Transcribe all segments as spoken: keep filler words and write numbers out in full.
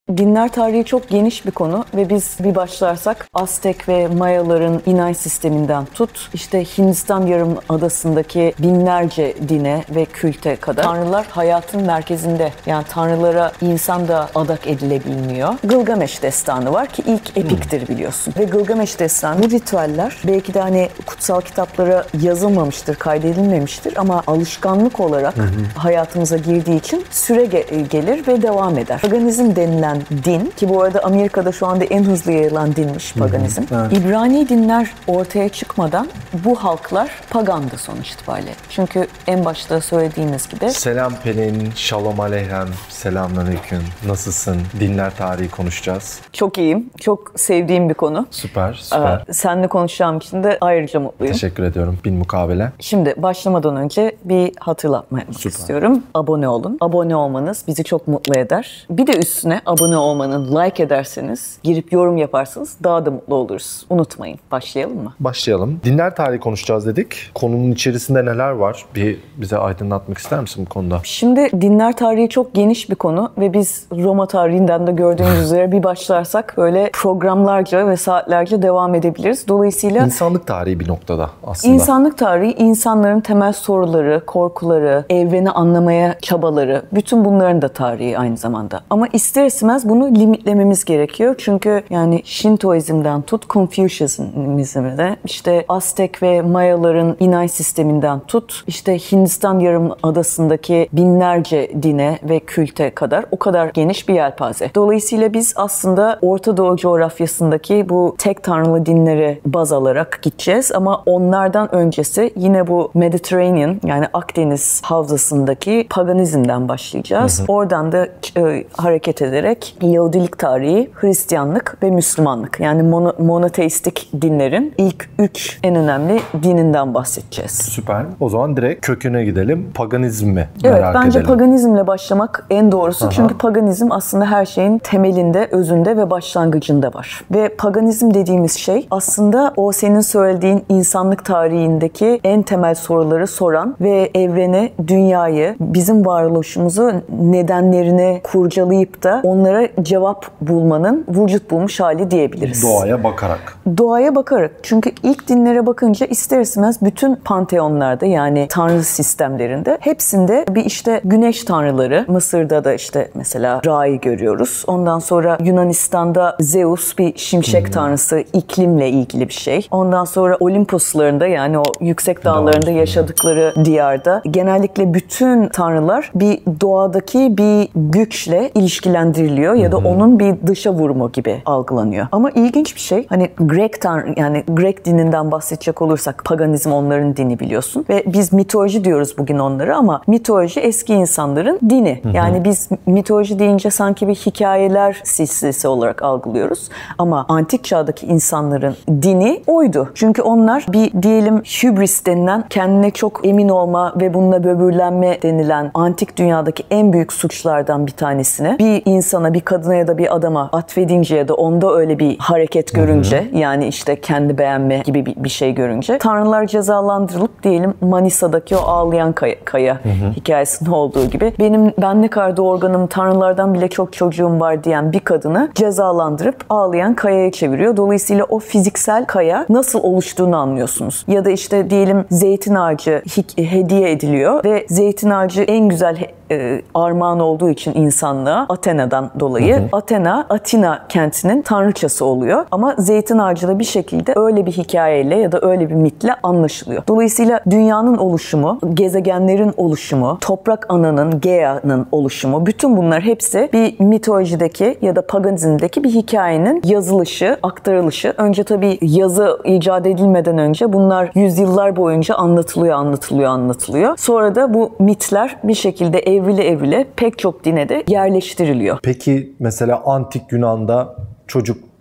Dinler tarihi çok geniş bir konu ve biz bir başlarsak Aztek ve Mayaların inanç sisteminden tut, işte Hindistan Yarımadası'ndaki binlerce dine ve külte kadar tanrılar hayatın merkezinde. Yani tanrılara insan da adak edilebilmiyor. Gılgameş destanı var ki ilk epiktir biliyorsun. Ve Gılgameş destanı, bu ritüeller belki de hani kutsal kitaplara yazılmamıştır, kaydedilmemiştir ama alışkanlık olarak hı hı. hayatımıza girdiği için süre ge- gelir ve devam eder. Paganizm denilen din, ki bu arada Amerika'da şu anda en hızlı yayılan dinmiş paganizm. Hı hı, evet. İbrani dinler ortaya çıkmadan bu halklar pagandı sonuç itibariyle. Çünkü en başta söylediğimiz gibi. Selam Pelin, şalom aleyhem, selamünaleyküm. Nasılsın? Dinler tarihi konuşacağız. Çok iyiyim. Çok sevdiğim bir konu. Süper, süper. Ee, seninle konuşacağım için de ayrıca mutluyum. Teşekkür ediyorum. Bin mukabele. Şimdi başlamadan önce bir hatırlatma yapmak süper. istiyorum. Abone olun. Abone olmanız bizi çok mutlu eder. Bir de üstüne abone olmanın, like ederseniz, girip yorum yaparsanız daha da mutlu oluruz. Unutmayın. Başlayalım mı? Başlayalım. Dinler tarihi konuşacağız dedik. Konunun içerisinde neler var? Bir bize aydınlatmak ister misin bu konuda? Şimdi dinler tarihi çok geniş bir konu ve biz Roma tarihinden de gördüğümüz üzere bir başlarsak böyle programlarca ve saatlerce devam edebiliriz. Dolayısıyla İnsanlık tarihi bir noktada aslında. İnsanlık tarihi, insanların temel soruları, korkuları, evreni anlamaya çabaları, bütün bunların da tarihi aynı zamanda. Ama ister istemez bunu limitlememiz gerekiyor. Çünkü yani Şintoizm'den tut, Confucianizm'de, işte Aztek ve Mayaların inanç sisteminden tut, işte Hindistan Yarımadası'ndaki binlerce dine ve külte kadar o kadar geniş bir yelpaze. Dolayısıyla biz aslında Orta Doğu coğrafyasındaki bu tek tanrılı dinleri baz alarak gideceğiz ama onlardan öncesi yine bu Mediterranean, yani Akdeniz havzasındaki paganizmden başlayacağız. Hı hı. Oradan da e, hareket ederek Yahudilik tarihi, Hristiyanlık ve Müslümanlık, yani mono, monoteistik dinlerin ilk üç en önemli dininden bahsedeceğiz. Süper. O zaman direkt köküne gidelim. Paganizm mi? Evet, Merak bence edelim. paganizmle başlamak en doğrusu. Aha. Çünkü paganizm aslında her şeyin temelinde, özünde ve başlangıcında var. Ve paganizm dediğimiz şey aslında o senin söylediğin insanlık tarihindeki en temel soruları soran ve evreni, dünyayı, bizim varoluşumuzu, nedenlerini kurcalayıp da onlara cevap bulmanın vücut bulmuş hali diyebiliriz. Doğaya bakarak. Doğaya bakarak. Çünkü ilk dinlere bakınca ister istemez bütün panteonlarda, yani tanrı sistemlerinde hepsinde bir işte güneş tanrıları, Mısır'da da işte mesela Ra'yı görüyoruz. Ondan sonra Yunanistan'da Zeus bir şimşek hmm. tanrısı, iklimle ilgili bir şey. Ondan sonra Olimposlarında, yani o yüksek dağlarında yaşadıkları diyarda genellikle bütün tanrılar bir doğadaki bir güçle ilişkilendiriliyor ya da hmm. onun bir dışa vurumu gibi algılanıyor. Ama ilginç bir şey, hani Grek tanrı, yani Grek dininden bahsedecek olursak, paganizm onların dini biliyorsun ve biz mitoloji diyoruz bugün onlara ama mitoloji eski insanların dini. Hı hı. Yani biz mitoloji deyince sanki bir hikayeler silsilesi olarak algılıyoruz ama antik çağdaki insanların dini oydu. Çünkü onlar bir diyelim hübris denilen, kendine çok emin olma ve bununla böbürlenme denilen antik dünyadaki en büyük suçlardan bir tanesini bir insana, bir kadına ya da bir adama atfedince ya da onda öyle bir hareket görünce, hı hı. yani işte kendi beğenme gibi bir, bir şey görünce tanrılar cezalandırılıp diyelim Manisa'daki o ağlayan kaya, kaya hı hı. hikayesinde olduğu gibi benim ben ne kadar doğurganım, tanrılardan bile çok çocuğum var diyen bir kadını cezalandırıp ağlayan kayaya çeviriyor. Dolayısıyla o fiziksel kaya nasıl oluştuğunu anlıyorsunuz. Ya da işte diyelim zeytin ağacı hediye ediliyor ve zeytin ağacı en güzel e, armağan olduğu için insanlığa, Athena'dan dolayı hı hı. Athena, Atina kentinin tanrıçası oluyor. Ama zeytin ağacı da bir şekilde öyle bir hikayeyle ya da öyle bir mitle anlaşılıyor. Dolayısıyla dünyanın oluşumu, gezegenlerin oluşumu, toprak ananın, Gaia'nın oluşumu, bütün bunlar hepsi bir mitolojideki ya da paganizmdeki bir hikayenin yazılışı, aktarılışı. Önce tabii yazı icat edilmeden önce bunlar yüzyıllar boyunca anlatılıyor, anlatılıyor, anlatılıyor. Sonra da bu mitler bir şekilde evrile evrile pek çok dine de yerleştiriliyor. Peki mesela antik Yunan'da çocuk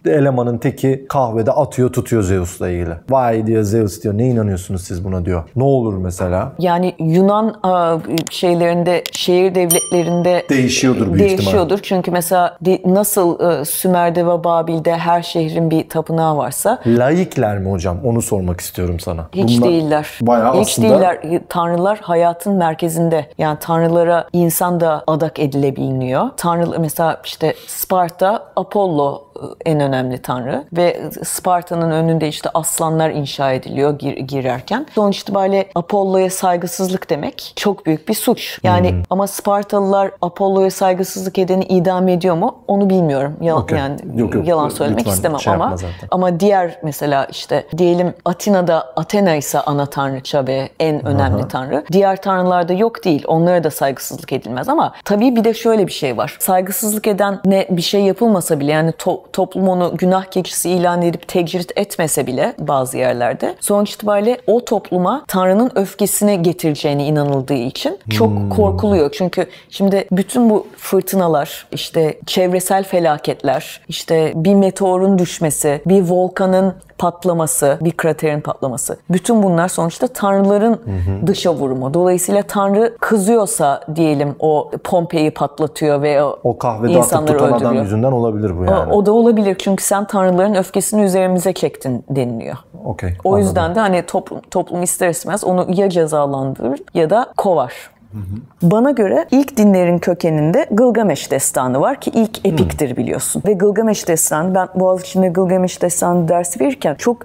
elemanın teki kahvede atıyor tutuyor Zeus'la ilgili. Vay diyor Zeus diyor, ne inanıyorsunuz siz buna diyor. Ne olur mesela? Yani Yunan şeylerinde, şehir devletlerinde Değişiyordur büyük değişiyordur. ihtimal. Çünkü mesela nasıl Sümer'de ve Babil'de her şehrin bir tapınağı varsa. Laikler mi hocam? Onu sormak istiyorum sana. Hiç Bunlar değiller. Bayağı Hiç aslında... değiller. Tanrılar hayatın merkezinde. Yani tanrılara insan da adak edilebiliyor. Tanrı mesela işte Sparta, Apollo en önemli tanrı ve Sparta'nın önünde işte aslanlar inşa ediliyor gir, girerken. Sonuç itibariyle Apollo'ya saygısızlık demek çok büyük bir suç. Yani hmm. ama Spartalılar Apollo'ya saygısızlık edeni idam ediyor mu? Onu bilmiyorum. Yal, okay. Yani yok, yok. yalan söylemek Lütfen istemem şey ama ama diğer mesela işte diyelim Atina'da Athena ise ana tanrıça ve en önemli Aha. tanrı. Diğer tanrılarda yok değil. Onlara da saygısızlık edilmez ama tabii bir de şöyle bir şey var. Saygısızlık eden ne bir şey yapılmasa bile yani to- toplum onu günah keçisi ilan edip tecrit etmese bile bazı yerlerde sonuç itibariyle o topluma Tanrı'nın öfkesini getireceğine inanıldığı için çok hmm. korkuluyor. Çünkü şimdi bütün bu fırtınalar, işte çevresel felaketler, işte bir meteorun düşmesi, bir volkanın patlaması, bir kraterin patlaması. Bütün bunlar sonuçta tanrıların hı hı. dışa vurumu. Dolayısıyla tanrı kızıyorsa diyelim o Pompei'yi patlatıyor ve o, o kahvede atıp tutan öldürüyor. Adam yüzünden olabilir bu yani. O, o da olabilir çünkü sen tanrıların öfkesini üzerimize çektin deniliyor. Okay, o anladım. yüzden de hani toplum, toplum ister istemez onu ya cezalandırır ya da kovar. Hı hı. Bana göre ilk dinlerin kökeninde Gılgameş Destanı var ki ilk epiktir biliyorsun. Ve Gılgameş Destanı, ben Boğaziçi'nde Gılgameş Destanı dersi verirken çok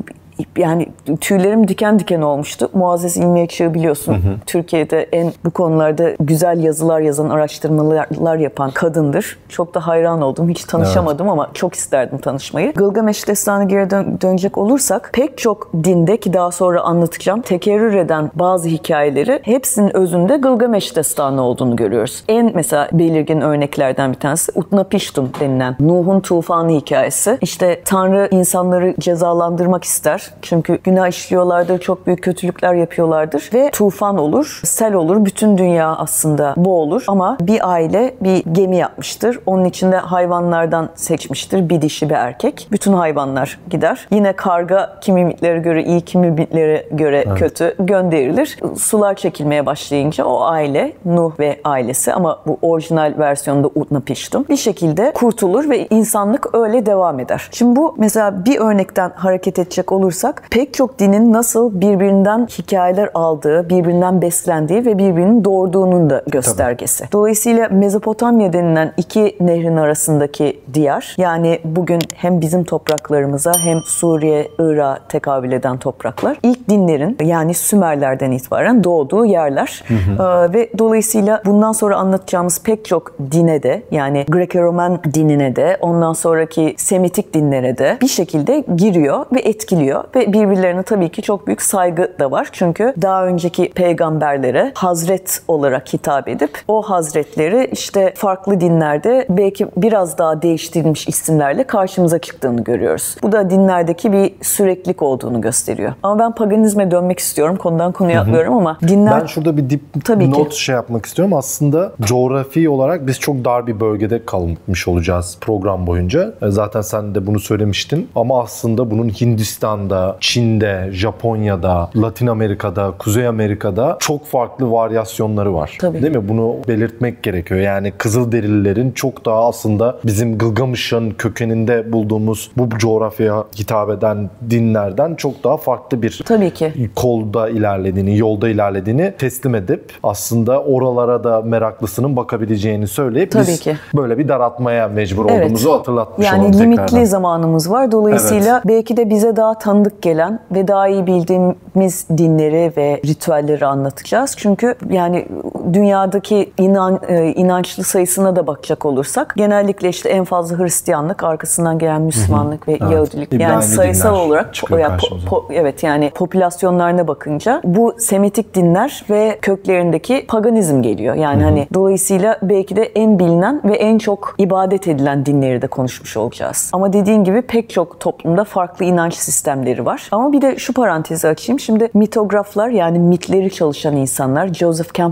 yani tüylerim diken diken olmuştu. Muazzez İlmi Ekşi'yi biliyorsun. Hı hı. Türkiye'de en bu konularda güzel yazılar yazan, araştırmalar yapan kadındır. Çok da hayran oldum. Hiç tanışamadım evet. ama çok isterdim tanışmayı. Gılgameş Destanı geri dön- dönecek olursak pek çok dinde ki daha sonra anlatacağım tekerrür eden bazı hikayeleri hepsinin özünde Gılgameş Destanı olduğunu görüyoruz. En mesela belirgin örneklerden bir tanesi Utnapishtim denilen Nuh'un tufanı hikayesi. İşte Tanrı insanları cezalandırmak ister. Çünkü günah işliyorlardır, çok büyük kötülükler yapıyorlardır ve tufan olur, sel olur, bütün dünya aslında boğulur ama bir aile bir gemi yapmıştır. Onun içinde hayvanlardan seçmiştir, bir dişi bir erkek. Bütün hayvanlar gider. Yine karga kimi ümitlere göre iyi, kimi ümitlere göre evet. kötü gönderilir. Sular çekilmeye başlayınca o aile, Nuh ve ailesi ama bu orijinal versiyonda Utnapishtim bir şekilde kurtulur ve insanlık öyle devam eder. Şimdi bu mesela bir örnekten hareket edecek olursak pek çok dinin nasıl birbirinden hikayeler aldığı, birbirinden beslendiği ve birbirinin doğurduğunun da göstergesi. Tabii. Dolayısıyla Mezopotamya denilen iki nehrin arasındaki diyar, yani bugün hem bizim topraklarımıza hem Suriye, Irak'a tekabül eden topraklar, ilk dinlerin yani Sümerlerden itibaren doğduğu yerler. Hı hı. Ee, ve dolayısıyla bundan sonra anlatacağımız pek çok dine de yani Greko-Roman dinine de ondan sonraki Semitik dinlere de bir şekilde giriyor ve etkiliyor. Ve birbirlerine tabii ki çok büyük saygı da var. Çünkü daha önceki peygamberlere Hazret olarak hitap edip o Hazretleri işte farklı dinlerde belki biraz daha değiştirilmiş isimlerle karşımıza çıktığını görüyoruz. Bu da dinlerdeki bir süreklilik olduğunu gösteriyor. Ama ben paganizme dönmek istiyorum. Konudan konuya atlıyorum ama dinler... Ben şurada bir dip tabii not ki. şey yapmak istiyorum. Aslında coğrafi olarak biz çok dar bir bölgede kalmış olacağız program boyunca. Zaten sen de bunu söylemiştin. Ama aslında bunun Hindistan'da, Çin'de, Japonya'da, Latin Amerika'da, Kuzey Amerika'da çok farklı varyasyonları var. Tabii. Değil mi? Bunu belirtmek gerekiyor. Yani Kızılderililerin çok daha aslında bizim Gılgamış'ın kökeninde bulduğumuz bu coğrafyaya hitap eden dinlerden çok daha farklı bir Tabii ki. kolda ilerlediğini, yolda ilerlediğini teslim edip aslında oralara da meraklısının bakabileceğini söyleyip Tabii biz ki. böyle bir daratmaya mecbur evet. olduğumuzu hatırlatmış yani olalım tekrardan. Yani limitli limitli zamanımız var. Dolayısıyla evet. belki de bize daha tanıdık gelen ve daha iyi bildiğimiz dinleri ve ritüelleri anlatacağız. Çünkü yani dünyadaki inan, inançlı sayısına da bakacak olursak genellikle işte en fazla Hristiyanlık, arkasından gelen Müslümanlık hı hı. ve evet. Yahudilik. İbrahimi yani sayısal olarak po, ya, po, po, evet yani popülasyonlarına bakınca bu Semitik dinler ve köklerindeki paganizm geliyor. Yani hı hı. hani dolayısıyla belki de en bilinen ve en çok ibadet edilen dinleri de konuşmuş olacağız. Ama dediğin gibi pek çok toplumda farklı inanç sistemleri var. Ama bir de şu parantezi açayım. Şimdi mitograflar yani mitleri çalışan insanlar, Joseph Campbell gibi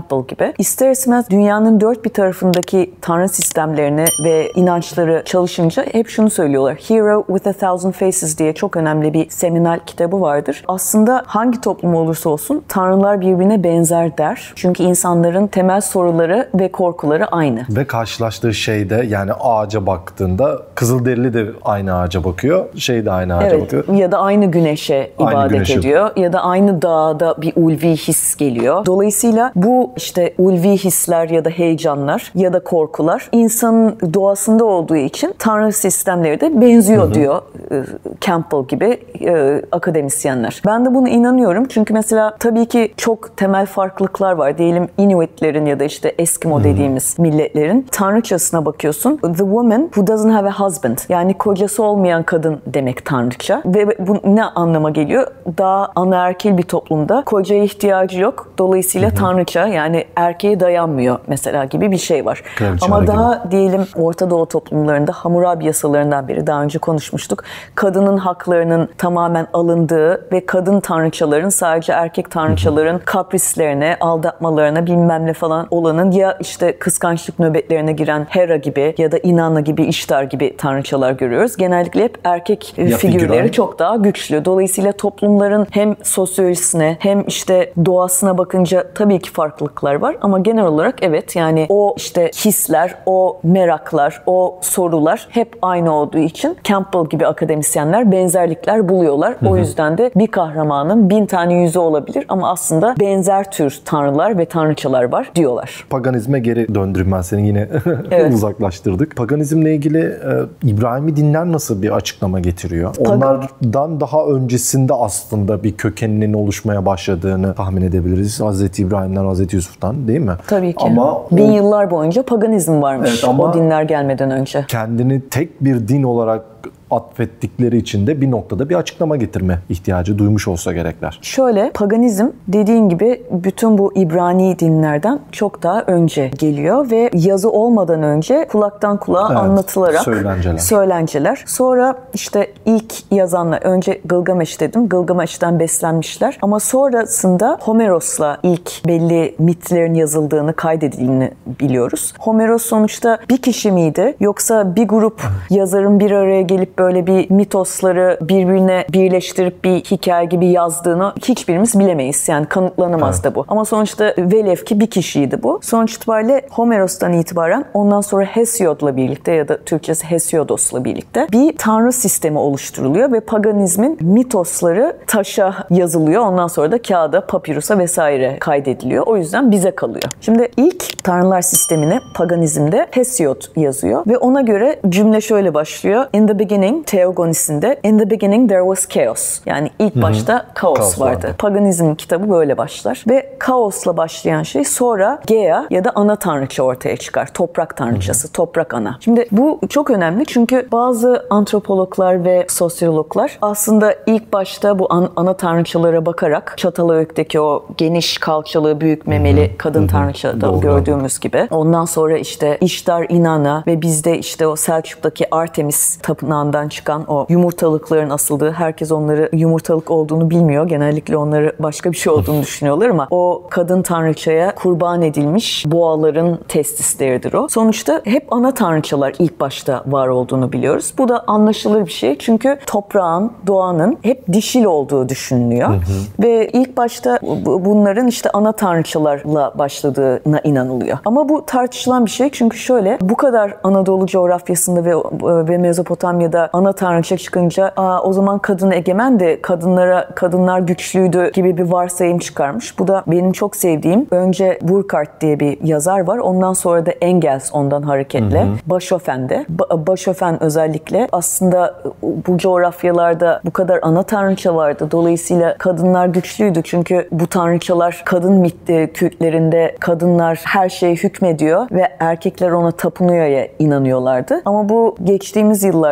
göre ister istemez dünyanın dört bir tarafındaki tanrı sistemlerini ve inançları çalışınca hep şunu söylüyorlar. Hero with a Thousand Faces diye çok önemli bir seminal kitabı vardır. Aslında hangi toplum olursa olsun tanrılar birbirine benzer der. Çünkü insanların temel soruları ve korkuları aynı. Ve karşılaştığı şey de yani ağaca baktığında Kızılderili de aynı ağaca bakıyor. Şey de aynı ağaca evet, bakıyor. Ya da aynı güneşe Aynı ibadet güneşe. ediyor. Ya da aynı dağda bir ulvi his geliyor. Dolayısıyla bu işte ulvi hisler ya da heyecanlar ya da korkular insanın doğasında olduğu için tanrı sistemleri de benziyor hı hı. diyor Campbell gibi e, akademisyenler. Ben de buna inanıyorum. Çünkü mesela tabii ki çok temel farklılıklar var. Diyelim Inuitlerin ya da işte Eskimo hmm. dediğimiz milletlerin tanrıçasına bakıyorsun. The woman who doesn't have a husband. Yani kocası olmayan kadın demek tanrıça. Ve bu ne anlama geliyor? Daha anaerkil bir toplumda kocaya ihtiyacı yok. Dolayısıyla hmm. tanrıça yani erkeğe dayanmıyor mesela gibi bir şey var. Kraliçe Ama daha gibi. diyelim Orta Doğu toplumlarında Hammurabi yasalarından biri daha önce konuşmuştuk. Kadının haklarının tamamen alındığı ve kadın tanrıçaların sadece erkek tanrıçaların kaprislerine, aldatmalarına bilmem ne falan olanın ya işte kıskançlık nöbetlerine giren Hera gibi ya da Inanna gibi, İştar gibi tanrıçalar görüyoruz. Genellikle hep erkek ya figürleri figüran. Çok daha güçlü. Dolayısıyla toplumların hem sosyolojisine hem işte doğasına bakınca tabii ki farklılıklar var ama genel olarak evet yani o işte hisler, o meraklar, o sorular hep aynı olduğu için Campbell gibi akademisyenler benzerlikler buluyorlar. Hı hı. O yüzden de bir kahramanın bin tane yüzü olabilir ama aslında benzer tür tanrılar ve tanrıçalar var diyorlar. Paganizme geri döndürüm ben seni yine evet. uzaklaştırdık. Paganizmle ilgili e, İbrahimi dinler nasıl bir açıklama getiriyor? Pag- Onlardan daha öncesinde aslında bir kökeninin oluşmaya başladığını tahmin edebiliriz. Hazreti İbrahim'den, Hazreti Yusuf'tan değil mi? Tabii ki. Ama bin o, yıllar boyunca paganizm varmış evet, ama o dinler gelmeden önce. Kendini tek bir din olarak atfettikleri için de bir noktada bir açıklama getirme ihtiyacı duymuş olsa gerekler. Şöyle, paganizm dediğin gibi bütün bu İbrani dinlerden çok daha önce geliyor ve yazı olmadan önce kulaktan kulağa evet, anlatılarak söylenceler. söylenceler. Sonra işte ilk yazanlar, önce Gılgameş dedim, Gılgameş'ten beslenmişler ama sonrasında Homeros'la ilk belli mitlerin yazıldığını, kaydedildiğini biliyoruz. Homeros sonuçta bir kişi miydi yoksa bir grup yazarın bir araya gelip böyle bir mitosları birbirine birleştirip bir hikaye gibi yazdığını hiçbirimiz bilemeyiz. Yani kanıtlanamaz evet. da bu. Ama sonuçta velev ki bir kişiydi bu. Sonuç itibariyle Homeros'tan itibaren ondan sonra Hesiod'la birlikte ya da Türkçesi Hesiodos'la birlikte bir tanrı sistemi oluşturuluyor ve paganizmin mitosları taşa yazılıyor. Ondan sonra da kağıda, papyrusa vesaire kaydediliyor. O yüzden bize kalıyor. Şimdi ilk tanrılar sistemine paganizmde Hesiod yazıyor ve ona göre cümle şöyle başlıyor. In the beginning, Teogonis'inde in the beginning there was chaos. Yani ilk Hı-hı. başta kaos, kaos vardı. vardı. Paganizm kitabı böyle başlar. Ve kaosla başlayan şey sonra Gea ya da ana tanrıça ortaya çıkar. Toprak tanrıçası, Hı-hı. toprak ana. Şimdi bu çok önemli çünkü bazı antropologlar ve sosyologlar aslında ilk başta bu an, ana tanrıçalara bakarak Çatalhöyük'teki o geniş kalçalı, büyük memeli Hı-hı. kadın Hı-hı. tanrıçada gördüğümüz gibi. Ondan sonra işte İştar, Inanna ve bizde işte o Selçuk'taki Artemis tapınağından çıkan o yumurtalıkların asıldığı, herkes onları yumurtalık olduğunu bilmiyor. Genellikle onları başka bir şey olduğunu düşünüyorlar ama o kadın tanrıçaya kurban edilmiş boğaların testisleridir o. Sonuçta hep ana tanrıçalar ilk başta var olduğunu biliyoruz. Bu da anlaşılır bir şey. Çünkü toprağın, doğanın hep dişil olduğu düşünülüyor. Hı hı. Ve ilk başta bunların işte ana tanrıçalarla başladığına inanılıyor. Ama bu tartışılan bir şey. Çünkü şöyle, bu kadar Anadolu coğrafyasında ve, ve Mezopotamya'da ana tanrıça çıkınca Aa, o zaman kadın egemen de kadınlara kadınlar güçlüydü gibi bir varsayım çıkarmış. Bu da benim çok sevdiğim, önce Burckhardt diye bir yazar var. Ondan sonra da Engels ondan hareketle. Hı hı. Bachofen de. Ba- Bachofen özellikle aslında bu coğrafyalarda bu kadar ana tanrıça vardı. Dolayısıyla kadınlar güçlüydü. Çünkü bu tanrıçalar kadın mit kültlerinde kadınlar her şeye hükmediyor ve erkekler ona tapınuyor'ya inanıyorlardı. Ama bu geçtiğimiz yıllarda yani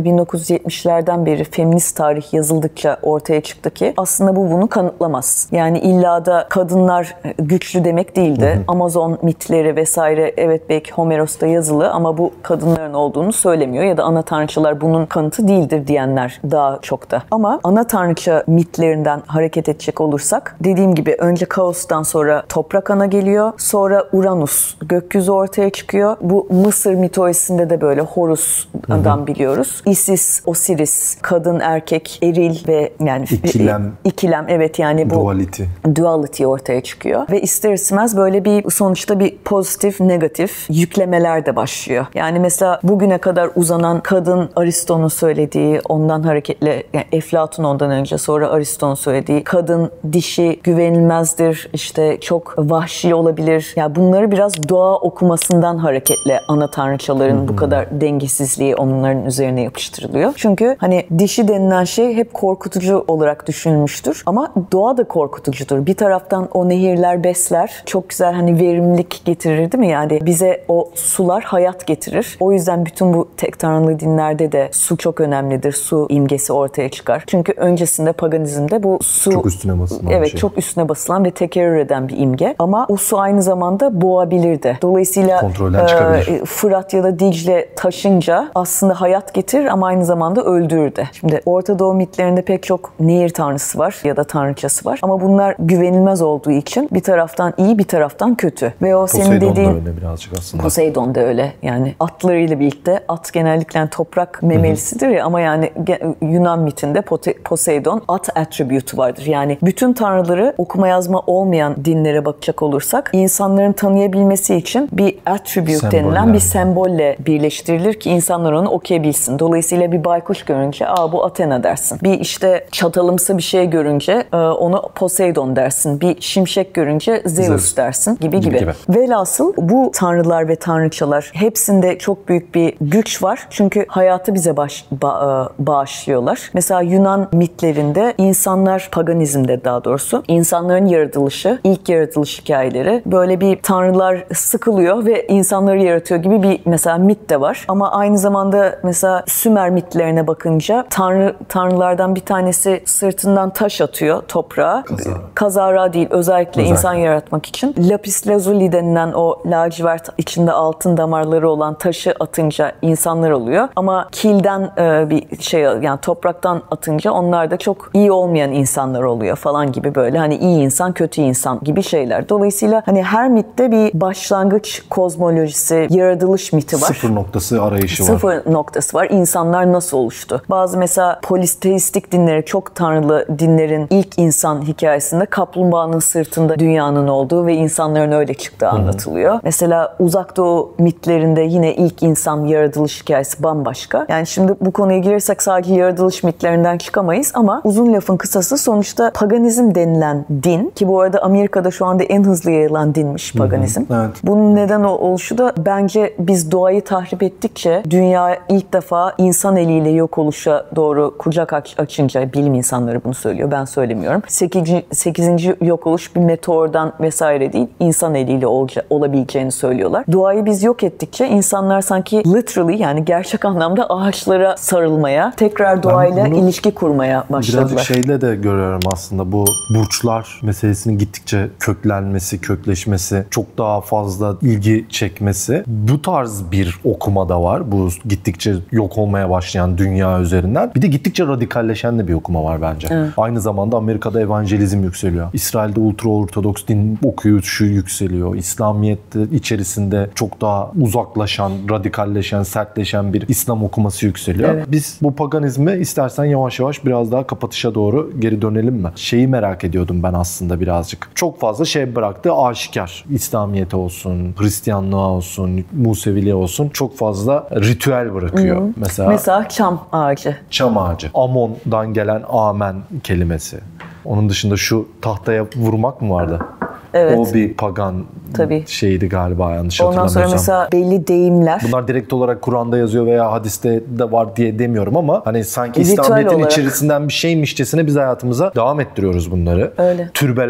bin dokuz yüz yetmişlerden beri feminist tarih yazıldıkça ortaya çıktı ki aslında bu bunu kanıtlamaz. Yani illa da kadınlar güçlü demek değildi. Hı hı. Amazon mitleri vesaire evet belki Homeros'ta yazılı ama bu kadınların olduğunu söylemiyor ya da ana tanrıçalar bunun kanıtı değildir diyenler daha çok da. Ama ana tanrıça mitlerinden hareket edecek olursak dediğim gibi önce kaostan sonra toprak ana geliyor. Sonra Uranus, gökyüzü ortaya çıkıyor. Bu Mısır mitolojisinde de böyle Horus'dan hı hı. biliyoruz. Isis, Osiris, kadın, erkek, eril ve yani ikilem. ikilem evet yani bu duality. duality ortaya çıkıyor. Ve ister istemez böyle bir sonuçta bir pozitif, negatif yüklemeler de başlıyor. Yani mesela bugüne kadar uzanan kadın Aristo'nun söylediği, ondan hareketle yani Eflatun ondan önce sonra Aristo'nun söylediği kadın dişi güvenilmezdir, işte çok vahşi olabilir. Yani bunları biraz doğa okumasından hareketle ana tanrıçaların bu kadar dengesizliği onların üzerine yapıştırılıyor. Çünkü hani dişi denilen şey hep korkutucu olarak düşünülmüştür. Ama doğa da korkutucudur. Bir taraftan o nehirler besler. Çok güzel hani verimlilik getirir değil mi? Yani bize o sular hayat getirir. O yüzden bütün bu tek tanrılı dinlerde de su çok önemlidir. Su imgesi ortaya çıkar. Çünkü öncesinde paganizmde bu su çok üstüne basılan evet, bir şey. çok üstüne basılan ve tekerrür eden bir imge. Ama o su aynı zamanda boğabilir de. Dolayısıyla kontrolden çıkabilir. E, Fırat ya da Dicle taşınca aslında hayat getirir ama aynı zamanda öldürür de. Şimdi Orta Doğu mitlerinde pek çok nehir tanrısı var ya da tanrıçası var. Ama bunlar güvenilmez olduğu için bir taraftan iyi bir taraftan kötü. Ve o Poseidon senin dediğin da öyle birazcık aslında. Poseidon da öyle. Yani atlarıyla birlikte at genellikle yani toprak memelisidir ya ama yani Yunan mitinde Poseidon at attribute'u vardır. Yani bütün tanrıları okuma yazma olmayan dinlere bakacak olursak insanların tanıyabilmesi için bir attribute Semboller. denilen bir sembolle birleştirilir ki insanlar onu okuyabilsin. Dolayısıyla bir baykuş görünce aa bu Athena dersin. Bir işte çatalımsı bir şey görünce onu Poseidon dersin. Bir şimşek görünce Zeus, Zeus. dersin gibi gibi. gibi. Velhasıl bu tanrılar ve tanrıçalar hepsinde çok büyük bir güç var. Çünkü hayatı bize baş, ba, bağışlıyorlar. Mesela Yunan mitlerinde insanlar, paganizmde daha doğrusu, insanların yaratılışı, ilk yaratılış hikayeleri böyle bir tanrılar sıkılıyor ve insanları yaratıyor gibi bir mesela mit de var. Ama aynı zamanda mesela Sümer mitlerine bakınca tanrı tanrılardan bir tanesi sırtından taş atıyor toprağa. Kazara. Kazara değil, özellikle, özellikle insan yaratmak için. Lapis lazuli denilen o lacivert içinde altın damarları olan taşı atınca insanlar oluyor. Ama kilden e, bir şey yani topraktan atınca onlar da çok iyi olmayan insanlar oluyor falan gibi böyle hani iyi insan kötü insan gibi şeyler. Dolayısıyla hani her mitte bir başlangıç kozmolojisi, yaratılış miti var. Sıfır noktası arayışı Sıfır var. Sıfır noktası var. İnsanlar nasıl oluştu? Bazı mesela polisteistik dinleri, çok tanrılı dinlerin ilk insan hikayesinde kaplumbağanın sırtında dünyanın olduğu ve insanların öyle çıktığı anlatılıyor. Hı-hı. Mesela Uzak Doğu mitlerinde yine ilk insan yaratılış hikayesi bambaşka. Yani şimdi bu konuya girersek sadece yaratılış mitlerinden çıkamayız ama uzun lafın kısası sonuçta paganizm denilen din ki bu arada Amerika'da şu anda en hızlı yayılan dinmiş paganizm. Hı hı, evet. Bunun neden oluşu da bence biz doğayı tahrip ettikçe dünya ilk defa insan eliyle yok oluşa doğru kucak açınca bilim insanları bunu söylüyor. Ben söylemiyorum. sekizinci yok oluş bir meteordan vesaire değil, insan eliyle olca, olabileceğini söylüyorlar. Doğayı biz yok ettikçe insanlar sanki literally yani gerçek anlamda ağaçlara sarılmaya, tekrar doğayla ilişki kurmaya başladılar. Birazcık şeyle de görüyorum aslında bu burçlar meselesinin gittikçe köklenmesi, kökleşmesi, çok daha fazla ilgi çekmesi. Bu tarz bir okuma da var. Bu gittikçe yok olmaya başlayan dünya üzerinden. Bir de gittikçe radikalleşen de bir okuma var bence. Evet. Aynı zamanda Amerika'da evangelizm yükseliyor. İsrail'de ultra-ortodoks din okuyuşu yükseliyor. İslamiyet'te içerisinde çok daha uzaklaşan, radikalleşen, sertleşen bir İslam okuması yükseliyor. Evet. Biz bu paganizmi istersen yavaş yavaş biraz daha kapatışa doğru geri dönelim mi? Şeyi merak ediyordum ben aslında birazcık. Çok fazla şey bıraktı aşikar. İslamiyet'e olsun, Hristiyanlığa olsun, Museviliğe olsun çok fazla ritüel bırakıyor. Hı-hı. Mesela Mesela çam ağacı. Çam ağacı. Amon'dan gelen amen kelimesi. Onun dışında şu tahtaya vurmak mı vardı? Evet. O bir pagan Tabii. şeydi galiba yanlış Ondan hatırlamıyorsam. Ondan sonra mesela belli deyimler. Bunlar direkt olarak Kur'an'da yazıyor veya hadiste de var diye demiyorum ama hani sanki Ritüel İslamiyet'in olarak. içerisinden bir şeymişçesine biz hayatımıza devam ettiriyoruz bunları. Öyle. Türbeler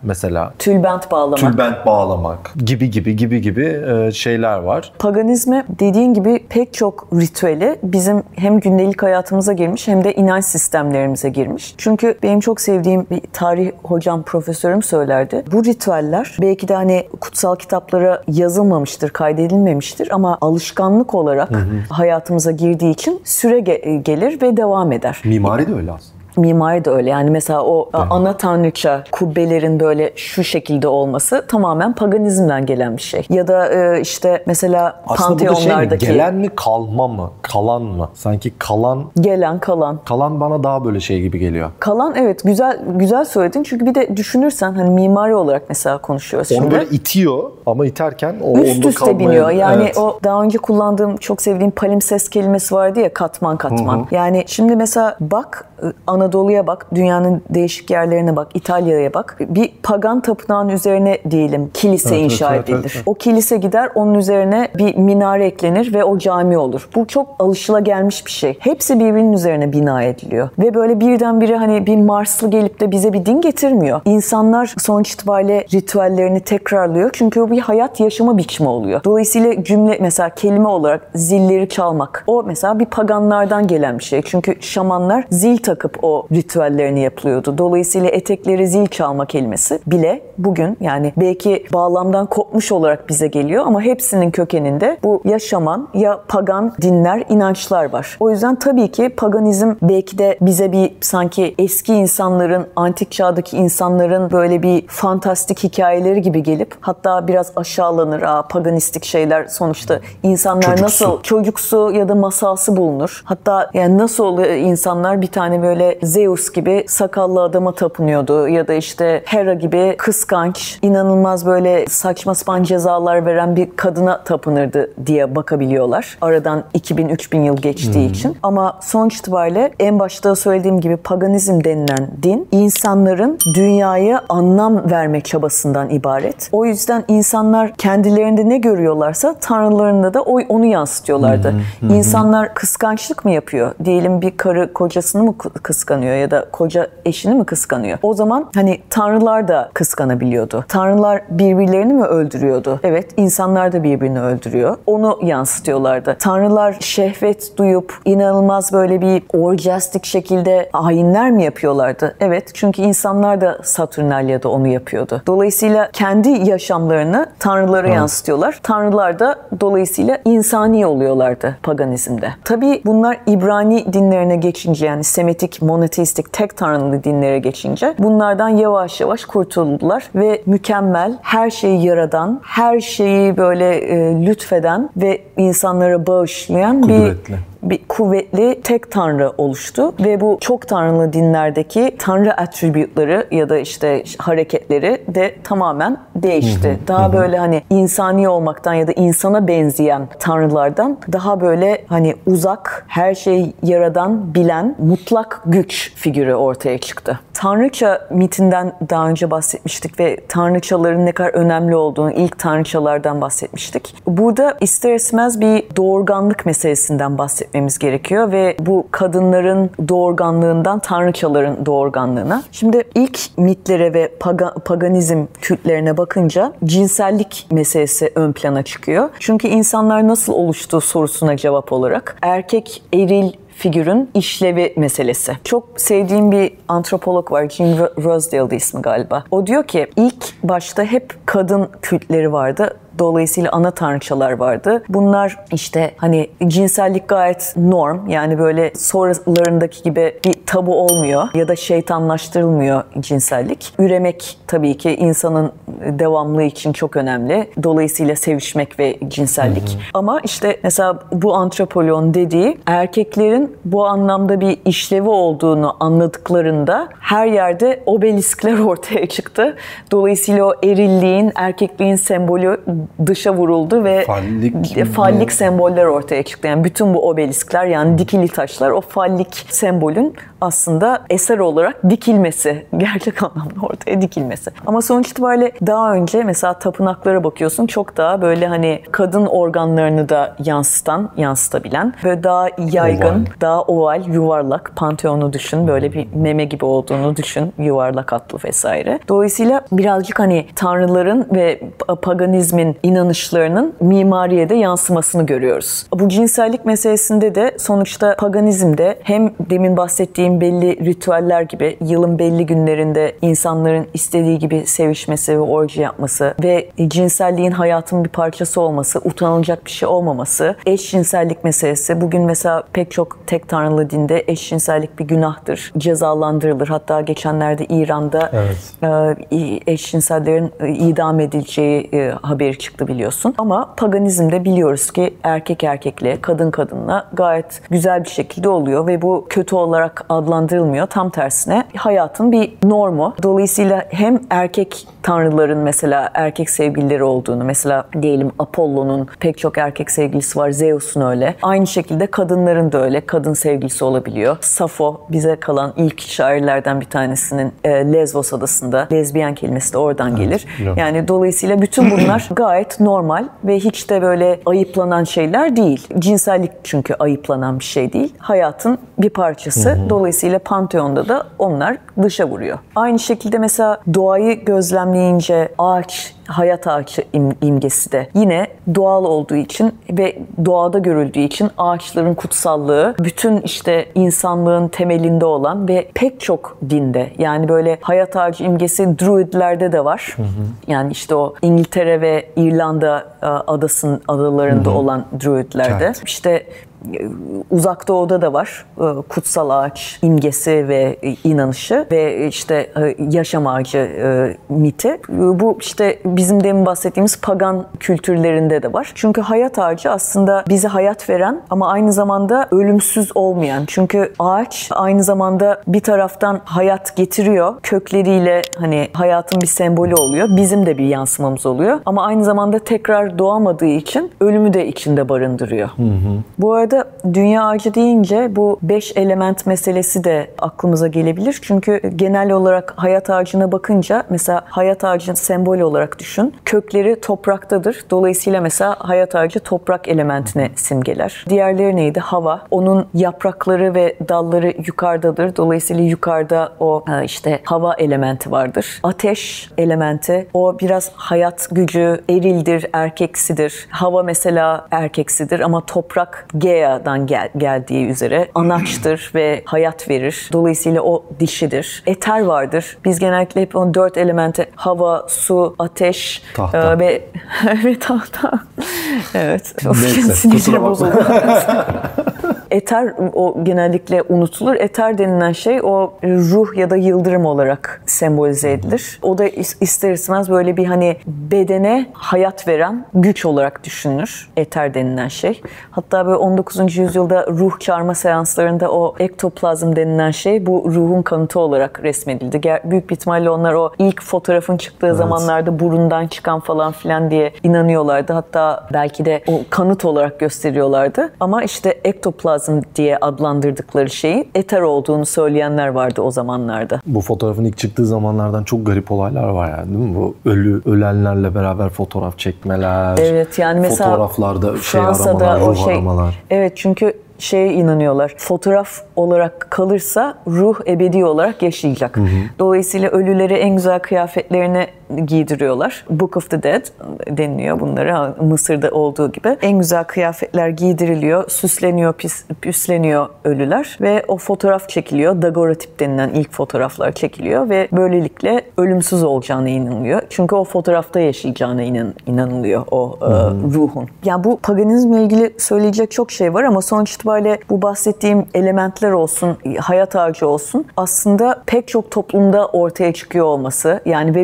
mesela. Tülbent bağlamak. Tülbent bağlamak gibi gibi gibi gibi şeyler var. Paganizme dediğin gibi pek çok ritüeli bizim hem gündelik hayatımıza girmiş hem de inanç sistemlerimize girmiş. Çünkü benim çok sevdiğim bir tarih hocam, profesörüm söylerdi. Bu ritüeller belki de hani kutsal kitaplara yazılmamıştır, kaydedilmemiştir ama alışkanlık olarak hı hı. hayatımıza girdiği için süre ge- gelir ve devam eder. Mimari de öyle aslında. Mimari de öyle. Yani mesela o evet. ana tanrıça kubbelerin böyle şu şekilde olması tamamen paganizmden gelen bir şey. Ya da e, işte mesela aslında panteonlardaki... Şey mi? Gelen mi kalma mı? Kalan mı? Sanki kalan... Gelen, kalan. Kalan bana daha böyle şey gibi geliyor. Kalan evet güzel güzel söyledin. Çünkü bir de düşünürsen hani mimari olarak mesela konuşuyoruz Onu şimdi. böyle itiyor ama iterken o üst üste kalmaya... biniyor. Yani evet. o daha önce kullandığım çok sevdiğim palimpsest kelimesi vardı ya, katman katman. Hı hı. Yani şimdi mesela bak Anadolu'ya bak, dünyanın değişik yerlerine bak, İtalya'ya bak. Bir pagan tapınağın üzerine diyelim kilise evet, inşa evet, edilir. Evet, evet. O kilise gider, onun üzerine bir minare eklenir ve o cami olur. Bu çok alışılagelmiş bir şey. Hepsi birbirinin üzerine bina ediliyor. Ve böyle birdenbire hani bir Marslı gelip de bize bir din getirmiyor. İnsanlar sonuç itibariyle ritüellerini tekrarlıyor. Çünkü o bir hayat yaşama biçimi oluyor. Dolayısıyla cümle mesela kelime olarak zilleri çalmak. O mesela bir paganlardan gelen bir şey. Çünkü şamanlar zil takıp o ritüellerini yapılıyordu. Dolayısıyla etekleri zil çalma kelimesi bile bugün yani belki bağlamdan kopmuş olarak bize geliyor ama hepsinin kökeninde bu ya şaman ya pagan dinler, inançlar var. O yüzden tabii ki paganizm belki de bize bir sanki eski insanların, antik çağdaki insanların böyle bir fantastik hikayeleri gibi gelip hatta biraz aşağılanır. Aa, paganistik şeyler sonuçta insanlar çocuksu. Nasıl çocuksu ya da masalsı bulunur. Hatta yani nasıl oluyor insanlar bir tane böyle Zeus gibi sakallı adama tapınıyordu ya da işte Hera gibi kıskanç, inanılmaz böyle saçma sapan cezalar veren bir kadına tapınırdı diye bakabiliyorlar. Aradan iki bin üç bin yıl geçtiği hmm. için. Ama sonuç itibariyle en başta söylediğim gibi paganizm denilen din insanların dünyaya anlam verme çabasından ibaret. O yüzden insanlar kendilerinde ne görüyorlarsa tanrılarında da onu yansıtıyorlardı. Hmm. Hmm. İnsanlar kıskançlık mı yapıyor? Diyelim bir karı kocasını mı kıskanıyor ya da koca eşini mi kıskanıyor? O zaman hani tanrılar da kıskanabiliyordu. Tanrılar birbirlerini mi öldürüyordu? Evet, insanlar da birbirini öldürüyor. Onu yansıtıyorlardı. Tanrılar şehvet duyup inanılmaz böyle bir orjastik şekilde ayinler mi yapıyorlardı? Evet, çünkü insanlar da Saturnalya'da onu yapıyordu. Dolayısıyla kendi yaşamlarını tanrılara evet. yansıtıyorlar. Tanrılar da dolayısıyla insani oluyorlardı paganizmde. Tabii bunlar İbrani dinlerine geçince yani Semitik, monoteistik, tek tanrılı dinlere geçince bunlardan yavaş yavaş kurtuldular ve mükemmel, her şeyi yaradan, her şeyi böyle e, lütfeden ve insanlara bağışlayan kudretli. bir bir kuvvetli tek tanrı oluştu ve bu çok tanrılı dinlerdeki tanrı attribütleri ya da işte hareketleri de tamamen değişti. Hı hı, daha hı. böyle hani insani olmaktan ya da insana benzeyen tanrılardan daha böyle hani uzak, her şeyi yaradan, bilen, mutlak güç figürü ortaya çıktı. Tanrıça mitinden daha önce bahsetmiştik ve tanrıçaların ne kadar önemli olduğunu, ilk tanrıçalardan bahsetmiştik. Burada ister istemez bir doğurganlık meselesinden bahsetmemiz gerekiyor ve bu kadınların doğurganlığından tanrıçaların doğurganlığına. Şimdi ilk mitlere ve paga- paganizm kültlerine bakınca cinsellik meselesi ön plana çıkıyor. Çünkü insanlar nasıl oluştuğu sorusuna cevap olarak erkek eril figürün işlevi meselesi. Çok sevdiğim bir antropolog var. Jim Rosedale'di ismi galiba. O diyor ki ilk başta hep kadın kültleri vardı. Dolayısıyla ana tanrıçalar vardı. Bunlar işte hani cinsellik gayet norm. Yani böyle sonralarındaki gibi bir tabu olmuyor ya da şeytanlaştırılmıyor cinsellik. Üremek tabii ki insanın devamlılığı için çok önemli. Dolayısıyla sevişmek ve cinsellik. Hı hı. Ama işte mesela bu antropoloğun dediği erkeklerin bu anlamda bir işlevi olduğunu anladıklarında her yerde obeliskler ortaya çıktı. Dolayısıyla o erilliğin, erkekliğin sembolü dışa vuruldu ve fallik, fallik semboller ortaya çıktı. Yani bütün bu obeliskler yani dikili taşlar o fallik sembolün aslında eser olarak dikilmesi, gerçek anlamda ortaya dikilmesi. Ama sonuç itibariyle daha önce mesela tapınaklara bakıyorsun, çok daha böyle hani kadın organlarını da yansıtan, yansıtabilen, böyle daha yaygın, oval. daha oval, yuvarlak, Panteon'u düşün, böyle bir meme gibi olduğunu düşün, yuvarlak hatlı vesaire. Dolayısıyla birazcık hani tanrıların ve paganizmin inanışlarının mimariye de yansımasını görüyoruz. Bu cinsellik meselesinde de sonuçta paganizmde hem demin bahsettiğim belli ritüeller gibi yılın belli günlerinde insanların istediği gibi sevişmesi ve orji yapması ve cinselliğin hayatın bir parçası olması, utanılacak bir şey olmaması, eşcinsellik meselesi. Bugün mesela pek çok tek tanrılı dinde eşcinsellik bir günahtır, cezalandırılır. Hatta geçenlerde İran'da evet. eşcinsellerin idam edileceği haberi çıktı biliyorsun. Ama paganizmde biliyoruz ki erkek erkekle, kadın kadınla gayet güzel bir şekilde oluyor ve bu kötü olarak adlandırılmıyor. Tam tersine hayatın bir normu. Dolayısıyla hem erkek tanrıların mesela erkek sevgilileri olduğunu, mesela diyelim Apollo'nun pek çok erkek sevgilisi var, Zeus'un öyle. Aynı şekilde kadınların da öyle kadın sevgilisi olabiliyor. Safo bize kalan ilk şairlerden bir tanesinin e, Lesbos adasında, lezbiyen kelimesi de oradan gelir. Evet, yani dolayısıyla bütün bunlar gayet normal ve hiç de böyle ayıplanan şeyler değil. Cinsellik çünkü ayıplanan bir şey değil. Hayatın bir parçası. Hı hı. Dolayısıyla Panteon'da da onlar dışa vuruyor. Aynı şekilde mesela doğayı gözlemleyince ağaç, hayat ağacı im- imgesi de yine doğal olduğu için ve doğada görüldüğü için ağaçların kutsallığı bütün işte insanlığın temelinde olan ve pek çok dinde, yani böyle hayat ağacı imgesi Druidlerde de var. Hı hı. Yani işte o İngiltere ve İrlanda adasının adalarında hı hı. olan Druidlerde. Evet. İşte Uzak Doğu'da da var kutsal ağaç imgesi ve inanışı ve işte yaşam ağacı miti. Bu işte bizim demin bahsettiğimiz pagan kültürlerinde de var. Çünkü hayat ağacı aslında bize hayat veren ama aynı zamanda ölümsüz olmayan. Çünkü ağaç aynı zamanda bir taraftan hayat getiriyor. Kökleriyle hani hayatın bir sembolü oluyor. Bizim de bir yansımamız oluyor. Ama aynı zamanda tekrar doğamadığı için ölümü de içinde barındırıyor. Hı hı. Bu arada dünya ağacı deyince bu beş element meselesi de aklımıza gelebilir. Çünkü genel olarak hayat ağacına bakınca mesela hayat ağacını sembol olarak düşün. Kökleri topraktadır. Dolayısıyla mesela hayat ağacı toprak elementine simgeler. Diğerleri neydi? Hava. Onun yaprakları ve dalları yukarıdadır. Dolayısıyla yukarıda o işte hava elementi vardır. Ateş elementi. O biraz hayat gücü, erildir, erkeksidir. Hava mesela erkeksidir ama toprak Gea'dan gel, geldiği üzere anaçtır ve hayat verir. Dolayısıyla o dişidir. Eter vardır. Biz genellikle hep o dört elemente hava, su, ateş e, ve ve tahta. Evet. Neyse. Kusura bakma. Eter o genellikle unutulur. Eter denilen şey o ruh ya da yıldırım olarak sembolize edilir. O da ister istemez böyle bir hani bedene hayat veren güç olarak düşünülür. Eter denilen şey. Hatta böyle on dokuzuncu yüzyılda ruh çağırma seanslarında o ektoplazm denilen şey bu ruhun kanıtı olarak resmedildi. Büyük bir ihtimalle onlar o ilk fotoğrafın çıktığı evet. zamanlarda burundan çıkan falan filan diye inanıyorlardı. Hatta belki de o kanıt olarak gösteriyorlardı. Ama işte ektoplazm diye adlandırdıkları şeyin eter olduğunu söyleyenler vardı o zamanlarda. Bu fotoğrafın ilk çıktığı zamanlardan çok garip olaylar var yani, değil mi? Bu ölü ölenlerle beraber fotoğraf çekmeler. Evet, yani mesela fotoğraflarda şey Fransa'da aramalar, o ruh şey, aramalar. Evet, çünkü şeye inanıyorlar. Fotoğraf olarak kalırsa ruh ebedi olarak yaşayacak. Hı hı. Dolayısıyla ölülere en güzel kıyafetlerini giydiriyorlar. Book of the Dead deniliyor bunlara. Mısır'da olduğu gibi. En güzel kıyafetler giydiriliyor, süsleniyor, pis, püsleniyor ölüler ve o fotoğraf çekiliyor. Daguerreotip denilen ilk fotoğraflar çekiliyor ve böylelikle ölümsüz olacağına inanılıyor. Çünkü o fotoğrafta yaşayacağına inan, inanılıyor o e, ruhun. Yani bu paganizmle ilgili söyleyecek çok şey var ama sonuç itibariyle bu bahsettiğim elementler olsun, hayat ağacı olsun aslında pek çok toplumda ortaya çıkıyor olması, yani ve birbirinden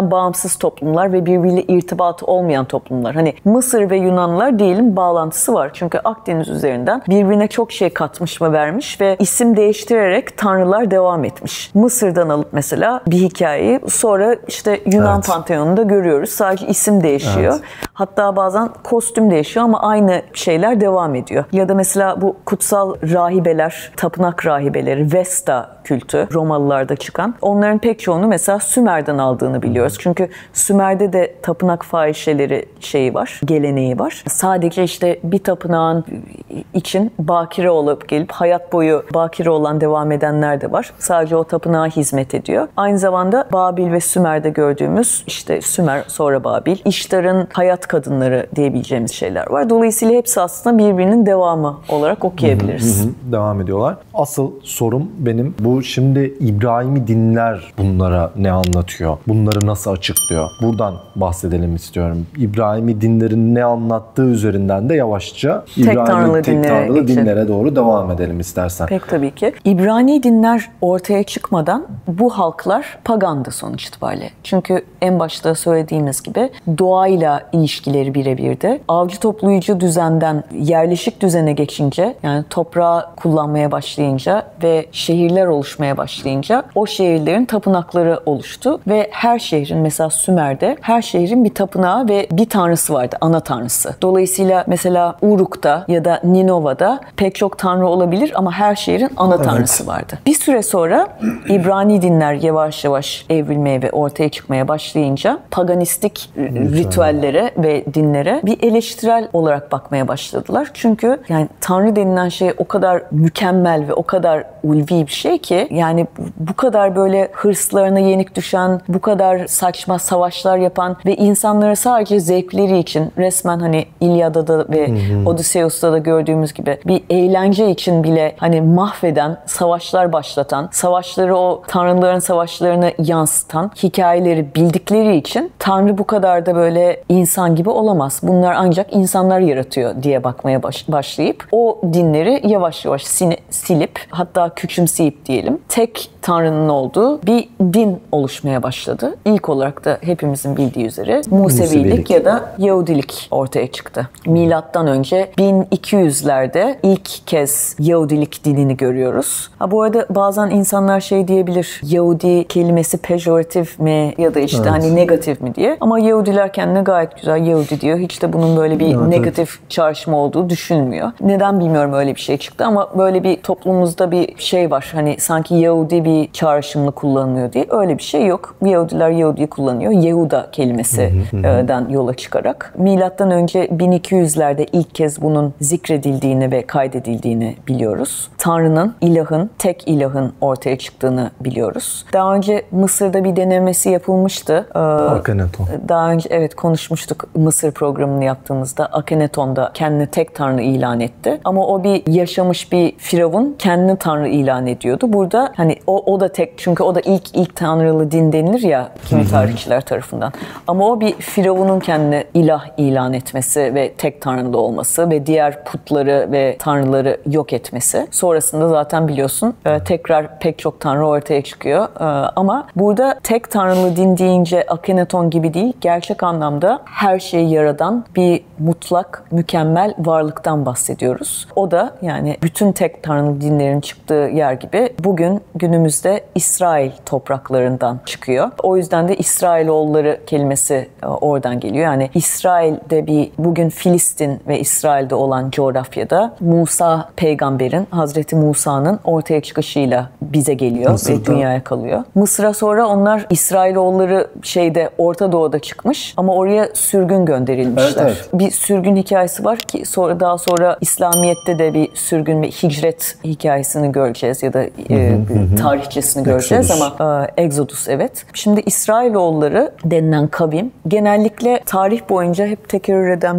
birbirinden bağımsız toplumlar ve birbiriyle irtibatı olmayan toplumlar. Hani Mısır ve Yunanlılar diyelim bağlantısı var. Çünkü Akdeniz üzerinden birbirine çok şey katmış ve vermiş ve isim değiştirerek tanrılar devam etmiş. Mısır'dan alıp mesela bir hikayeyi sonra işte Yunan evet. Panteonunda görüyoruz. Sadece isim değişiyor. Evet. Hatta bazen kostüm değişiyor ama aynı şeyler devam ediyor. Ya da mesela bu kutsal rahibeler, tapınak rahibeleri, Vesta kültü Romalılarda çıkan. Onların pek çoğunu mesela Sümer'den aldığını biliyoruz. Çünkü Sümer'de de tapınak fahişeleri şeyi var, geleneği var. Sadece işte bir tapınağın için bakire olup gelip hayat boyu bakire olan devam edenler de var. Sadece o tapınağa hizmet ediyor. Aynı zamanda Babil ve Sümer'de gördüğümüz işte Sümer sonra Babil, İştar'ın hayat kadınları diyebileceğimiz şeyler var. Dolayısıyla hepsi aslında birbirinin devamı olarak okuyabiliriz. Hı hı hı. Devam ediyorlar. Asıl sorum benim bu şimdi İbrahimi dinler bunlara ne anlatıyor? Bunları nasıl açıklıyor? Buradan bahsedelim istiyorum. İbrahimi dinlerin ne anlattığı üzerinden de yavaşça tek İbrahimi tanrılı, tek dinlere, tanrılı dinlere doğru devam edelim istersen. Pek tabii ki. İbrani dinler ortaya çıkmadan bu halklar pagandı sonuç itibariyle. Çünkü en başta söylediğimiz gibi doğayla ilişkileri birebirdi. Avcı toplayıcı düzenden yerleşik düzene geçince, yani toprağı kullanmaya başlayınca ve şehirler oluşmaya başlayınca o şehirlerin tapınakları oluştu ve her şehrin mesela Sümer'de her şehrin bir tapınağı ve bir tanrısı vardı, ana tanrısı. Dolayısıyla mesela Uruk'ta ya da Ninova'da pek çok tanrı olabilir ama her şehrin ana evet. tanrısı vardı. Bir süre sonra İbrani dinler yavaş yavaş evrilmeye ve ortaya çıkmaya başlayınca paganistik ritüellere ve dinlere bir eleştirel olarak bakmaya başladılar. Çünkü yani tanrı denilen şey o kadar mükemmel ve o kadar ulvi bir şey ki yani bu kadar böyle hırslarına yenik düşen, bu kadar saçma savaşlar yapan ve insanları sadece zevkleri için resmen hani İlyada'da ve Odysseus'ta da gördüğümüz gibi bir eğlence için bile hani mahveden, savaşlar başlatan, savaşları o tanrıların savaşlarını yansıtan hikayeleri bildikleri için tanrı bu kadar da böyle insan gibi olamaz. Bunlar ancak insanlar yaratıyor diye bakmaya baş, başlayıp o dinleri yavaş yavaş sine, silip hatta küçümseyip diyelim tek tanrının olduğu bir din oluşmaya başladı. İlk olarak da hepimizin bildiği üzere Musevilik, Musevilik. ya da Yahudilik ortaya çıktı. Milattan önce bin iki yüzlerde ilk kez Yahudilik dinini görüyoruz. Ha, bu arada bazen insanlar şey diyebilir, Yahudi kelimesi pejoratif mi ya da işte evet. hani negatif mi diye. Ama Yahudiler kendine gayet güzel Yahudi diyor. Hiç de bunun böyle bir evet, negatif evet. çağrışma olduğu düşünmüyor. Neden bilmiyorum öyle bir şey çıktı ama böyle bir toplumumuzda bir şey var. Hani sanki Yahudi bir çağrışımlı kullanılıyor diye. Öyle bir şey yok. Yahudiler Yahudi'yi kullanıyor. Yehuda kelimesinden yola çıkarak. Milattan önce bin iki yüzlerde ilk kez bunun zikredildiğini ve kaydedildiğini biliyoruz. Tanrı'nın, ilahın, tek ilahın ortaya çıktığını biliyoruz. Daha önce Mısır'da bir denemesi yapılmıştı. Akhenaton. Daha önce evet konuşmuştuk Mısır programını yaptığımızda. Akhenaton da kendini tek tanrı ilan etti. Ama o bir yaşamış bir firavun kendini tanrı ilan ediyordu. Burada hani o, o da tek çünkü o da ilk ilk tanrılı din denilir ya kimi tarihçiler tarafından. Ama o bir firavunun kendini ilah ilan etmesi ve tek tanrılı olması ve diğer putları ve tanrıları yok etmesi. Sonrasında zaten biliyorsun tekrar pek çok tanrı ortaya çıkıyor. Ama burada tek tanrılı din deyince Akhenaton gibi değil, gerçek anlamda her şeyi yaradan bir mutlak, mükemmel varlıktan bahsediyoruz. O da yani bütün tek tanrılı dinlerin çıktığı yer gibi bugün günümüzde İsrail topraklarından çıkıyor. O yüzden de İsrailoğulları kelimesi oradan geliyor. Yani İsrail'de bir bugün Filistin ve İsrail'de olan coğrafyada Musa peygamberin, Hazreti Musa'nın ortaya çıkışıyla bize geliyor Mısır'da. Ve dünyaya kalıyor. Mısır'a sonra onlar İsrailoğulları şeyde Orta Doğu'da çıkmış ama oraya sürgün gönderilmişler. Evet, evet. Bir sürgün hikayesi var ki sonra daha sonra İslamiyet'te de bir sürgün ve hicret hikayesini göreceğiz ya da hı hı, e, hı. tarihçesini göreceğiz Exodus. ama e, Exodus evet. Şimdi İsrailoğulları denilen kavim genellikle tarih boyunca hep tekrar eden bir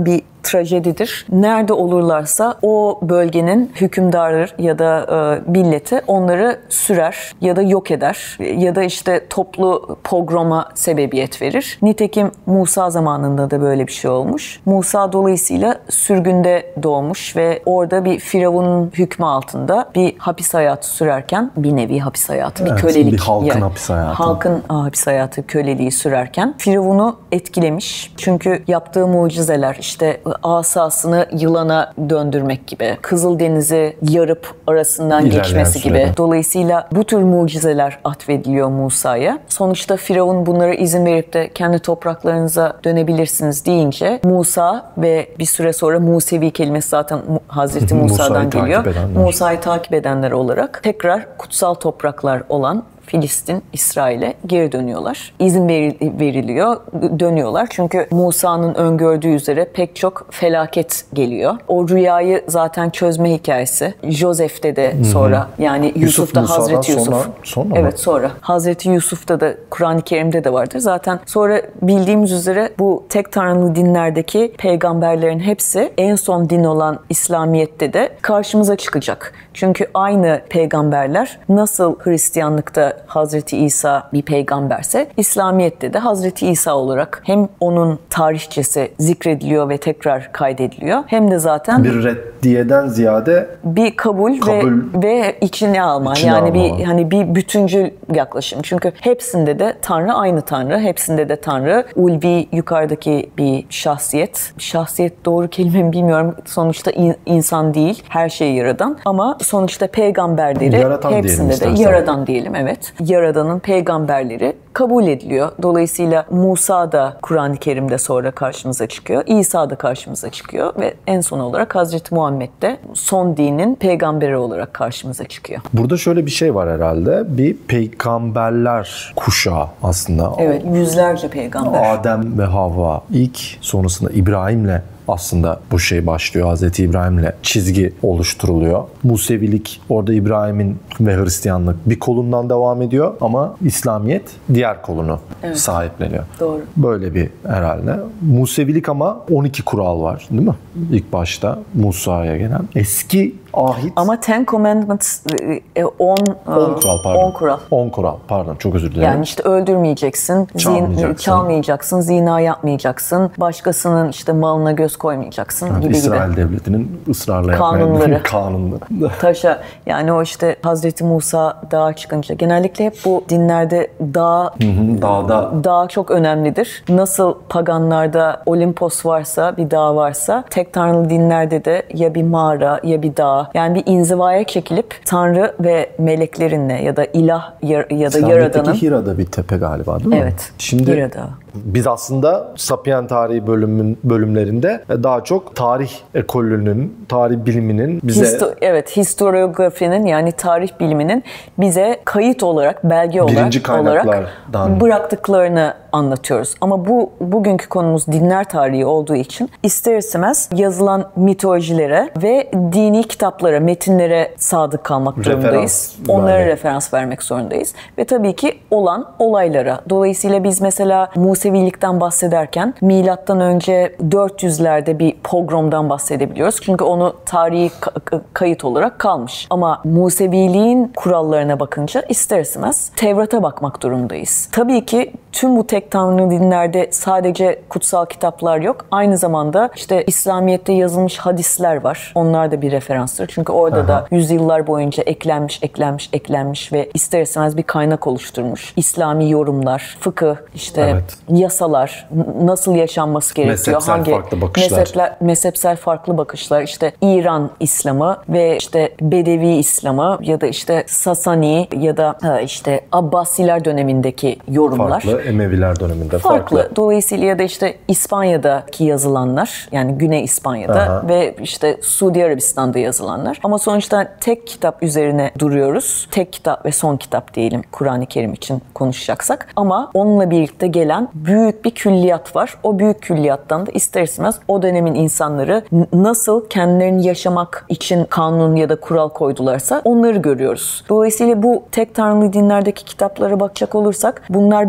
trajedidir. Nerede olurlarsa o bölgenin hükümdarı ya da e, milleti onları sürer ya da yok eder ya da işte toplu pogroma sebebiyet verir. Nitekim Musa zamanında da böyle bir şey olmuş. Musa dolayısıyla sürgünde doğmuş ve orada bir firavunun hükmü altında bir hapis hayatı sürerken, bir nevi hapis hayatı, bir evet, kölelik. Bir halkın yani, hapis hayatı. Halkın hapis hayatı, köleliği sürerken firavunu etkilemiş. Çünkü yaptığı mucizeler, işte asasını yılana döndürmek gibi, Kızıldeniz'i yarıp arasından İlerleyen geçmesi sürede. gibi. Dolayısıyla bu tür mucizeler atfediliyor Musa'ya. Sonuçta Firavun bunlara izin verip de kendi topraklarınıza dönebilirsiniz deyince Musa ve bir süre sonra Musevi kelimesi zaten Hazreti Musa'dan Musa'yı geliyor. takip edenler. Musa'yı takip edenler olarak tekrar kutsal topraklar olan Filistin, İsrail'e geri dönüyorlar. İzin veriliyor, dönüyorlar. Çünkü Musa'nın öngördüğü üzere pek çok felaket geliyor. O rüyayı zaten çözme hikayesi. Josef'te de sonra, yani Yusuf, Yusuf'ta Musa'dan Hazreti Yusuf. Sonra, sonra evet mı? sonra. Hazreti Yusuf'ta da Kur'an-ı Kerim'de de vardır. Zaten sonra bildiğimiz üzere bu tek tanrılı dinlerdeki peygamberlerin hepsi en son din olan İslamiyet'te de karşımıza çıkacak. Çünkü aynı peygamberler nasıl Hristiyanlıkta Hazreti İsa bir peygamberse, İslamiyet'te de Hazreti İsa olarak hem onun tarihçesi zikrediliyor ve tekrar kaydediliyor, hem de zaten bir reddiyeden ziyade bir kabul, kabul ve ve içine alma. içine yani alma. bir hani bir bütüncül yaklaşım. Çünkü hepsinde de Tanrı aynı Tanrı. Hepsinde de Tanrı ulvi, yukarıdaki bir şahsiyet. Şahsiyet doğru kelime mi bilmiyorum. Sonuçta in, insan değil, her şeyi yaratan. Ama sonuçta peygamberleri yaratan hepsinde de yaradan diyelim, evet. Yaradanın peygamberleri kabul ediliyor. Dolayısıyla Musa da Kur'an-ı Kerim'de sonra karşımıza çıkıyor. İsa da karşımıza çıkıyor ve en son olarak Hazreti Muhammed de son dinin peygamberi olarak karşımıza çıkıyor. Burada şöyle bir şey var herhalde. Bir peygamberler kuşağı aslında. Evet, yüzlerce peygamber. Adem ve Havva ilk, sonrasında İbrahim'le aslında bu şey başlıyor. Hazreti İbrahim'le çizgi oluşturuluyor. Musevilik orada İbrahim'in ve Hristiyanlık bir kolundan devam ediyor ama İslamiyet diğer kolunu evet. sahipleniyor. Doğru. Böyle bir herhalde. Musevilik ama on iki kural var değil mi? İlk başta Musa'ya gelen. Eski ahit. Ama Ten Commandments on kural pardon. on kural. on kural pardon, çok özür dilerim. Yani işte öldürmeyeceksin, çalmayacaksın, zin, çalmayacaksın, zina yapmayacaksın, başkasının işte malına göz koymayacaksın evet, gibi İsrail gibi. devletinin ısrarla kanunları. yapmaya kanunları. Taşa, yani o işte Hazreti Musa dağa çıkınca, genellikle hep bu dinlerde dağ, hı hı, dağda dağ çok önemlidir. Nasıl paganlarda Olimpos varsa, bir dağ varsa, tek tanrılı dinlerde de ya bir mağara ya bir dağ, yani bir inzivaya çekilip Tanrı ve meleklerinle ya da ilah ya, ya da yaradanın. Hira'da bir tepe galiba değil mi? Evet. Şimdi Hira'da. Biz aslında Sapien tarihi bölümün bölümlerinde daha çok tarih ekolünün, tarih biliminin bize Histo- evet, historiografinin, yani tarih biliminin bize kayıt olarak, belge olarak, olarak bıraktıklarını anlatıyoruz. Ama bu bugünkü konumuz dinler tarihi olduğu için ister istemez yazılan mitolojilere ve dini kitaplara, metinlere sadık kalmak durumundayız. Onlara referans vermek zorundayız. Ve tabii ki olan olaylara. Dolayısıyla biz mesela Musevilikten bahsederken milattan önce dört yüzlerde bir pogromdan bahsedebiliyoruz. Çünkü onu tarihi kayıt olarak kalmış. Ama Museviliğin kurallarına bakınca ister istemez Tevrat'a bakmak durumundayız. Tabii ki tüm bu tek tanrı dinlerde sadece kutsal kitaplar yok. Aynı zamanda işte İslamiyet'te yazılmış hadisler var. Onlar da bir referanstır. Çünkü orada Aha. da yüzyıllar boyunca eklenmiş, eklenmiş, eklenmiş ve ister istemez bir kaynak oluşturmuş. İslami yorumlar, fıkıh, işte evet. yasalar, nasıl yaşanması gerekiyor, mezhepsel hangi farklı bakışlar. Mezhepler, mezhepsel farklı bakışlar, işte İran İslamı ve işte Bedevi İslamı ya da işte Sasani ya da işte Abbasiler dönemindeki yorumlar. Farklı, Emeviler döneminde farklı. farklı. Dolayısıyla ya da işte İspanya'daki yazılanlar, yani Güney İspanya'da Aha. ve işte Suudi Arabistan'da yazılanlar. Ama sonuçta tek kitap üzerine duruyoruz. Tek kitap ve son kitap diyelim Kur'an-ı Kerim için konuşacaksak. Ama onunla birlikte gelen büyük bir külliyat var. O büyük külliyattan da ister istemez o dönemin insanları nasıl kendilerini yaşamak için kanun ya da kural koydularsa onları görüyoruz. Dolayısıyla bu tek tanrılı dinlerdeki kitaplara bakacak olursak bunlar bir tarafta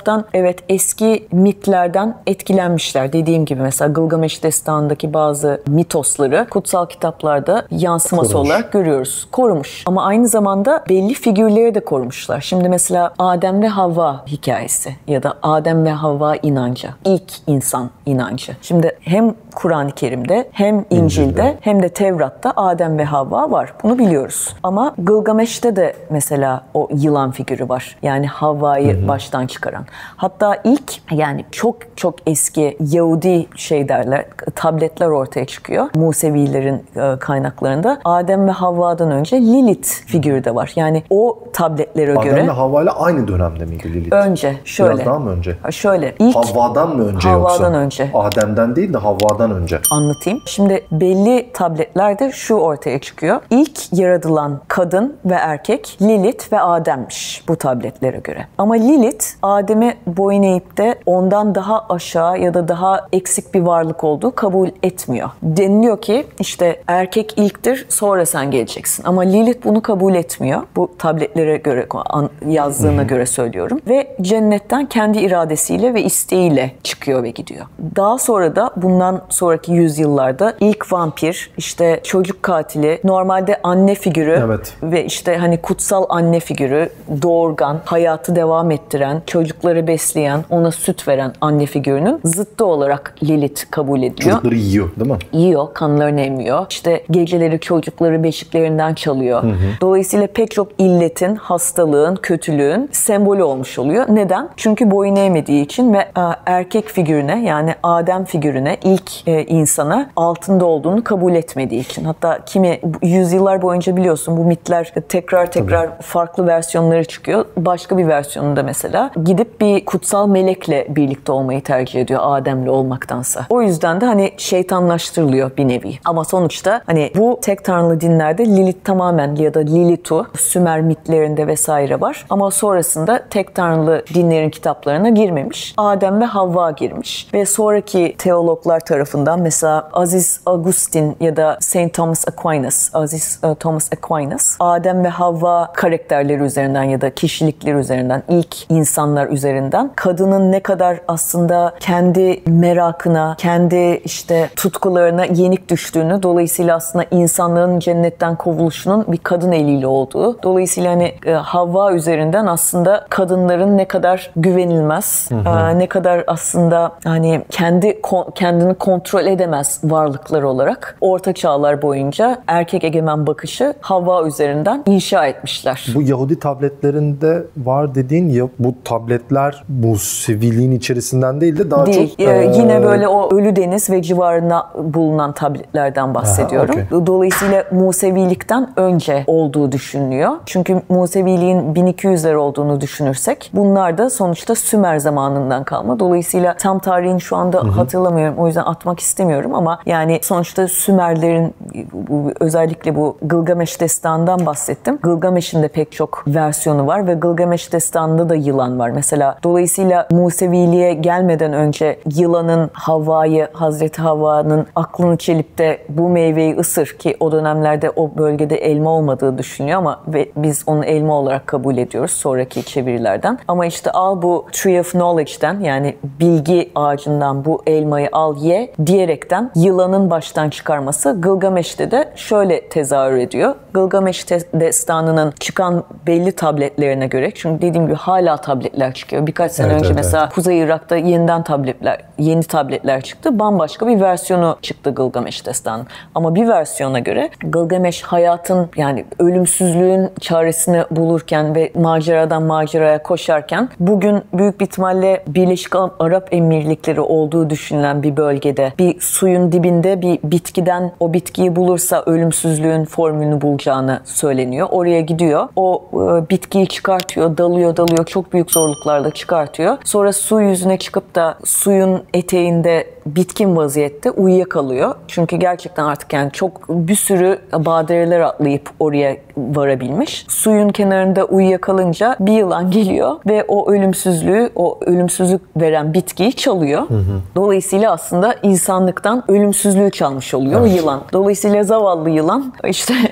taraftan evet eski mitlerden etkilenmişler. Dediğim gibi mesela Gılgameş Destanı'ndaki bazı mitosları kutsal kitaplarda yansıması Korumuş. olarak görüyoruz. Korumuş. Ama aynı zamanda belli figürleri de korumuşlar. Şimdi mesela Adem ve Havva hikayesi ya da Adem ve Havva inancı. İlk insan inancı. Şimdi hem Kur'an-ı Kerim'de hem İncil'de, İncil'de hem de Tevrat'ta Adem ve Havva var. Bunu biliyoruz. Ama Gılgameş'te de mesela o yılan figürü var. Yani Havva'yı hı hı. baştan çıkaran. Hatta ilk yani çok çok eski Yahudi şey derler, tabletler ortaya çıkıyor. Musevilerin e, kaynaklarında. Adem ve Havva'dan önce Lilith figürü de var. Yani o tabletlere Adem göre... Adem ve Havva ile aynı dönemde miydi Lilith? Önce. Şöyle. Biraz daha mı önce? Şöyle. İlk Havva'dan mı önce Havva'dan yoksa? önce. Adem'den değil de Havva'dan önce. Anlatayım. Şimdi belli tabletlerde şu ortaya çıkıyor. İlk yaratılan kadın ve erkek Lilith ve Adem'miş bu tabletlere göre. Ama Lilith Adem'e boyun eğip de ondan daha aşağı ya da daha eksik bir varlık olduğu kabul etmiyor. Deniliyor ki işte erkek ilktir, sonra sen geleceksin. Ama Lilith bunu kabul etmiyor. Bu tabletlere göre yazdığına Hı-hı. göre söylüyorum. Ve cennetten kendi iradesiyle ve isteğiyle çıkıyor ve gidiyor. Daha sonra da bundan sonraki yüzyıllarda ilk vampir, işte çocuk katili, normalde anne figürü evet. ve işte hani kutsal anne figürü, doğurgan, hayatı devam ettiren, çocukları besleyen, ona süt veren anne figürünün zıttı olarak Lilith kabul ediliyor. Çocukları yiyor değil mi? Yiyor, kanlarını emiyor. İşte geceleri çocukları beşiklerinden çalıyor. Hı hı. Dolayısıyla pek çok illetin, hastalığın, kötülüğün sembolü olmuş oluyor. Neden? Çünkü boyun eğmediği için ve erkek figürüne yani Adem figürüne, ilk e, insana altında olduğunu kabul etmediği için. Hatta kimi yüzyıllar boyunca biliyorsun bu mitler tekrar tekrar Tabii. farklı versiyonları çıkıyor. Başka bir versiyonunda mesela gidip bir kutsal melekle birlikte olmayı tercih ediyor Adem'le olmaktansa. O yüzden de hani şeytanlaştırılıyor bir nevi. Ama sonuçta hani bu tek tanrılı dinlerde Lilith tamamen ya da Lilithu Sümer mitlerinde vesaire var. Ama sonrasında tek tanrılı dinlerin kitaplarına girmemiş. Adem ve Havva girmiş. Ve sonraki teologlar tarafından mesela Aziz Augustin ya da Saint Thomas Aquinas, Aziz uh, Thomas Aquinas, Adem ve Havva karakterleri üzerinden ya da kişilikleri üzerinden, ilk insanlar üzerinden kadının ne kadar aslında kendi merakına, kendi işte tutkularına yenik düştüğünü, dolayısıyla aslında insanlığın cennetten kovuluşunun bir kadın eliyle olduğu, dolayısıyla hani e, Havva üzerinden aslında kadınların ne kadar güvenilmez, hı hı. E, ne kadar aslında hani kendi ko- kendini kontrol edemez varlıklar olarak Orta Çağlar boyunca erkek egemen bakışı Havva üzerinden inşa etmişler. Bu Yahudi tabletlerinde var dediğin ya, bu tabletler Museviliğin içerisinden değil de daha değil. çok... Ee, ee... Yine böyle o Ölü Deniz ve civarında bulunan tabletlerden bahsediyorum. Aha, okay. Dolayısıyla Musevilikten önce olduğu düşünülüyor. Çünkü Museviliğin bin iki yüzler olduğunu düşünürsek bunlar da sonuçta Sümer zamanından kalma. Dolayısıyla tam tarihini şu anda Hı-hı. hatırlamıyorum. O yüzden atmak istemiyorum ama yani sonuçta Sümerlerin özellikle bu Gılgameş Destanı'ndan bahsettim. Gılgameş'in de pek çok versiyonu var ve Gılgameş Destanı'nda da yılan var. Mesela dolayısıyla Museviliğe gelmeden önce yılanın Havva'yı, Hazreti Havva'nın aklını çelip de bu meyveyi ısır ki o dönemlerde o bölgede elma olmadığı düşünüyor ama ve biz onu elma olarak kabul ediyoruz sonraki çevirilerden. Ama işte al bu Tree of Knowledge'den yani bilgi ağacından bu elmayı al ye diyerekten yılanın baştan çıkarması Gılgameş'te de şöyle tezahür ediyor. Gılgameş Destanı'nın çıkan belli tabletlerine göre, çünkü dediğim gibi hala tabletler çıkıyor. Birkaç sene evet, önce evet, mesela evet. Kuzey Irak'ta yeniden tabletler, yeni tabletler çıktı. Bambaşka bir versiyonu çıktı Gılgameş Destanı. Ama bir versiyona göre Gılgameş hayatın yani ölümsüzlüğün çaresini bulurken ve maceradan maceraya koşarken bugün büyük bir ihtimalle Birleşik Arap Emirlikleri olduğu düşünülen bir bölgede bir suyun dibinde bir bitkiden o bitkiyi bulursa ölümsüzlüğün formülünü bulacağını söyleniyor. Oraya gidiyor. O e, bitkiyi çıkartıyor, dalıyor, dalıyor. Çok büyük zorluklarla çıkartıyor. Sonra su yüzüne çıkıp da suyun eteğinde bitkin vaziyette uyuyakalıyor. Çünkü gerçekten artık yani çok bir sürü badireler atlayıp oraya varabilmiş. Suyun kenarında uyuyakalınca bir yılan geliyor ve o ölümsüzlüğü, o ölümsüzlük veren bitkiyi çalıyor. Hı hı. Dolayısıyla aslında insanlıktan ölümsüzlüğü çalmış oluyor evet. o yılan. Dolayısıyla zavallı yılan işte kötü bir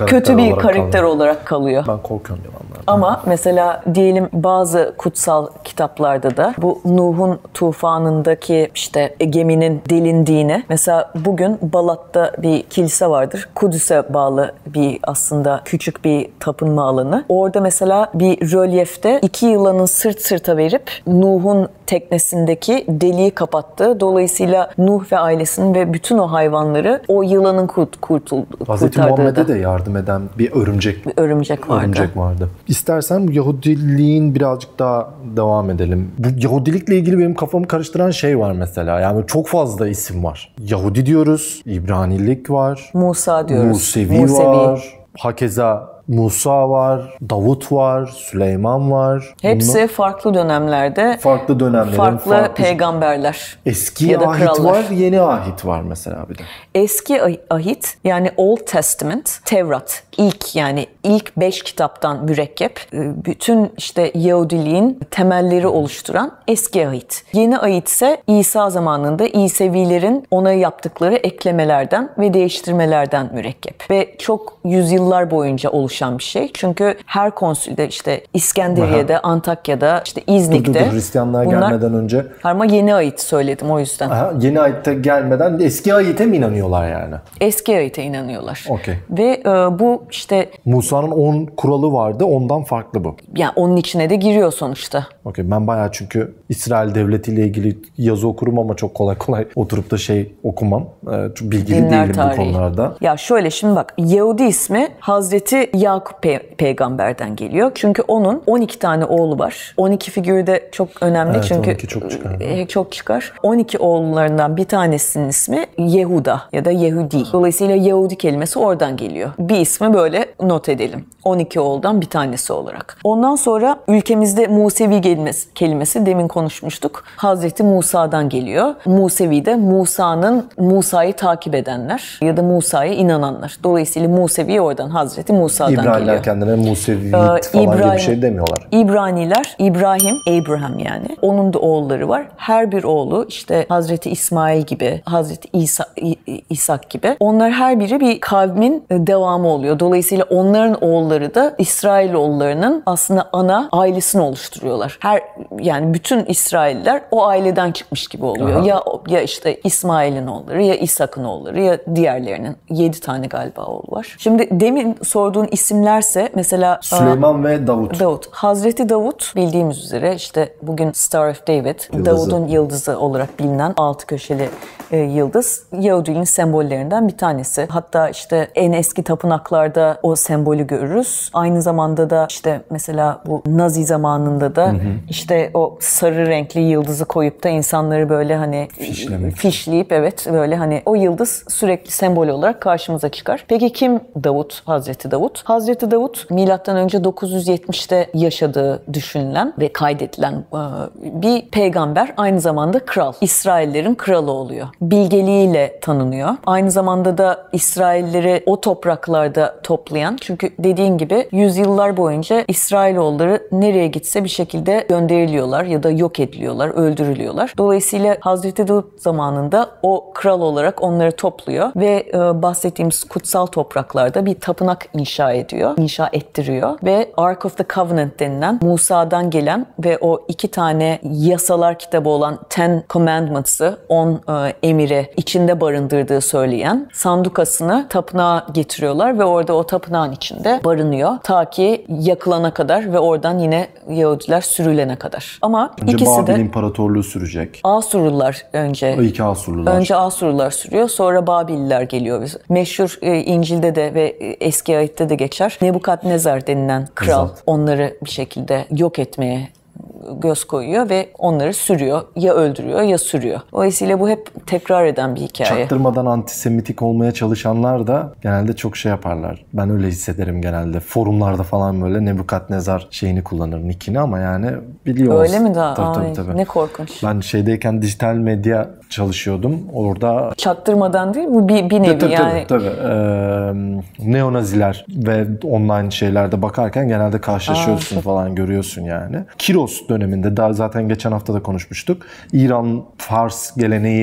karakter kötü bir olarak karakter kalıyor. olarak kalıyor. Ben korkuyorum yalanlardan. Ama mesela diyelim bazı kutsal kitaplarda da bu Nuh'un tufanındaki işte geminin delindiğini, mesela bugün Balat'ta bir kilise vardır. Kudüs'e bağlı bir aslında küçük bir tapınma alanı. Orada mesela bir rölyefte iki yılanın sırt sırta verip Nuh'un teknesindeki deliği kapattı. Dolayısıyla Nuh ve ailesinin ve bütün o hayvanları o yılanın kurt, kurtul, Hazreti kurtardığı Muhammed'e da de yardım eden bir örümcek bir örümcek vardı. Örümcek vardı. İstersen Yahudiliğin birazcık daha devam edelim. Bu Yahudilikle ilgili benim kafamı karıştıran şey var mesela. Yani çok fazla isim var. Yahudi diyoruz, İbranilik var, Musa diyoruz. Musevi, Musevi. var, hakeza Musa var, Davut var, Süleyman var. Hepsi Bunlar farklı dönemlerde farklı dönemlerin farklı, farklı peygamberler. eski ya da ahit krallar. var, yeni ahit var mesela bir de. Eski ah- ahit yani Old Testament, Tevrat, ilk yani ilk beş kitaptan mürekkep, bütün işte Yahudiliğin temelleri oluşturan eski ahit. Yeni ahit ise İsa zamanında İsevilerin ona yaptıkları eklemelerden ve değiştirmelerden mürekkep. Ve çok yüzyıllar boyunca oluşan bir şey. Çünkü her konsülde işte İskenderiye'de, Aha. Antakya'da, işte İznik'te. Dur dur dur Hristiyanlığa bunlar, gelmeden önce. Ama yeni ahit söyledim o yüzden. Aha, yeni ahite gelmeden eski ahite mi inanıyorlar yani? Eski ahite inanıyorlar. Okey. Ve e, bu işte Musa'nın on kuralı vardı, ondan farklı bu. yani onun içine de giriyor sonuçta. Okey, ben bayağı çünkü İsrail Devleti ile ilgili yazı okurum ama çok kolay kolay oturup da şey okumam. Ee, çok bilgili Dinler değilim tarihi. bu konularda. Ya şöyle şimdi bak, Yahudi ismi Hazreti Yakup pe- peygamberden geliyor. Çünkü onun on iki tane oğlu var. on iki figürü de çok önemli Evet, çünkü on iki çok çıkar. e, çok çıkar. on iki oğullarından bir tanesinin ismi Yehuda ya da Yehudi. Dolayısıyla Yahudi kelimesi oradan geliyor. Bir ismi böyle not edelim. on iki oğuldan bir tanesi olarak. Ondan sonra ülkemizde Musevi kelimesi, kelimesi demin konuşmuştuk. Hazreti Musa'dan geliyor. Musevi de Musa'nın Musa'yı takip edenler ya da Musa'ya inananlar. Dolayısıyla Musevi oradan Hazreti Musa'dan İbraniler geliyor. kendine Musevi Ee, falan gibi İbrahim- bir şey demiyorlar. İbraniler, İbrahim, Abraham yani. Onun da oğulları var. Her bir oğlu işte Hazreti İsmail gibi, Hazreti İsa, İ- İshak gibi. Onlar her biri bir kavmin devamı oluyor. Dolayısıyla onların oğulları da İsrailoğullarının aslında ana ailesini oluşturuyorlar. Her yani bütün İsrailler o aileden çıkmış gibi oluyor. Aha. Ya ya işte İsmail'in oğulları, ya İshak'ın oğulları, ya diğerlerinin. Yedi tane galiba oğlu var. Şimdi demin sorduğun isimlerse mesela Süleyman ve Davut. Davut. Hazreti Davut bildiğimiz üzere işte bugün Star of David, Yıldızı. Davud'un yıldızı olarak bilinen altı köşeli e, yıldız Yahudiliğin sembollerinden bir tanesi. Hatta işte en eski tapınaklarda o sembolü görürüz. Aynı zamanda da işte mesela bu Nazi zamanında da işte o sarı renkli yıldızı koyup da insanları böyle hani Fişlemek. fişleyip evet böyle hani o yıldız sürekli sembol olarak karşımıza çıkar. Peki kim Davut? Hazreti Davut. Hazreti Davut milattan önce dokuz yüz yetmişte yaşadığı düşünülen ve kaydedilen e, bir peygamber, aynı zamanda kral. İsraillerin kralı oluyor. Bilgeliğiyle tanınıyor. Aynı zamanda da İsrailleri o topraklarda toplayan, çünkü dediğin gibi yüzyıllar boyunca İsrailoğulları nereye gitse bir şekilde gönderiliyorlar ya da yok ediliyorlar, öldürülüyorlar. Dolayısıyla Hazreti Davut zamanında o kral olarak onları topluyor ve e, bahsettiğimiz kutsal topraklarda bir tapınak inşa ediyor, inşa ettiriyor ve Ark of the Covenant denilen Musa'dan gelen ve o iki tane yasalar kitabı olan Ten Commandments'ı, on e, emiri içinde barındırdığı söyleyen sandukasını tapınağa getiriyorlar ve orada o tapınağın içinde barınıyor. Ta ki yakılana kadar ve oradan yine Yahudiler sürülene kadar. Ama Önce ikisi Babil de İmparatorluğu sürecek. Asurlular önce. O iki Asurlular. Önce Asurlular sürüyor, sonra Babililer geliyor. Meşhur e, İncil'de de ve e, Eski Ayet'te de geçer. Nebukadnezar denilen kral Bizzat. onları bir şekilde yok etmeye göz koyuyor ve onları sürüyor. Ya öldürüyor ya sürüyor. Dolayısıyla bu hep tekrar eden bir hikaye. Çaktırmadan antisemitik olmaya çalışanlar da genelde çok şey yaparlar. Ben öyle hissederim genelde. Forumlarda falan böyle Nebukadnezar şeyini kullanır, nickini, ama yani biliyoruz. Öyle mi daha? Tabii, Ay, tabii, tabii. ne korkunç. Ben şeydeyken dijital medya çalışıyordum. Orada Çaktırmadan değil, bu bir, bir nevi tabii, yani. tabii, tabii. Ee, neonaziler ve online şeylerde bakarken genelde karşılaşıyorsun Aa, falan, görüyorsun yani. Kiros döneminde, daha zaten geçen hafta da konuşmuştuk. İran Fars geleneği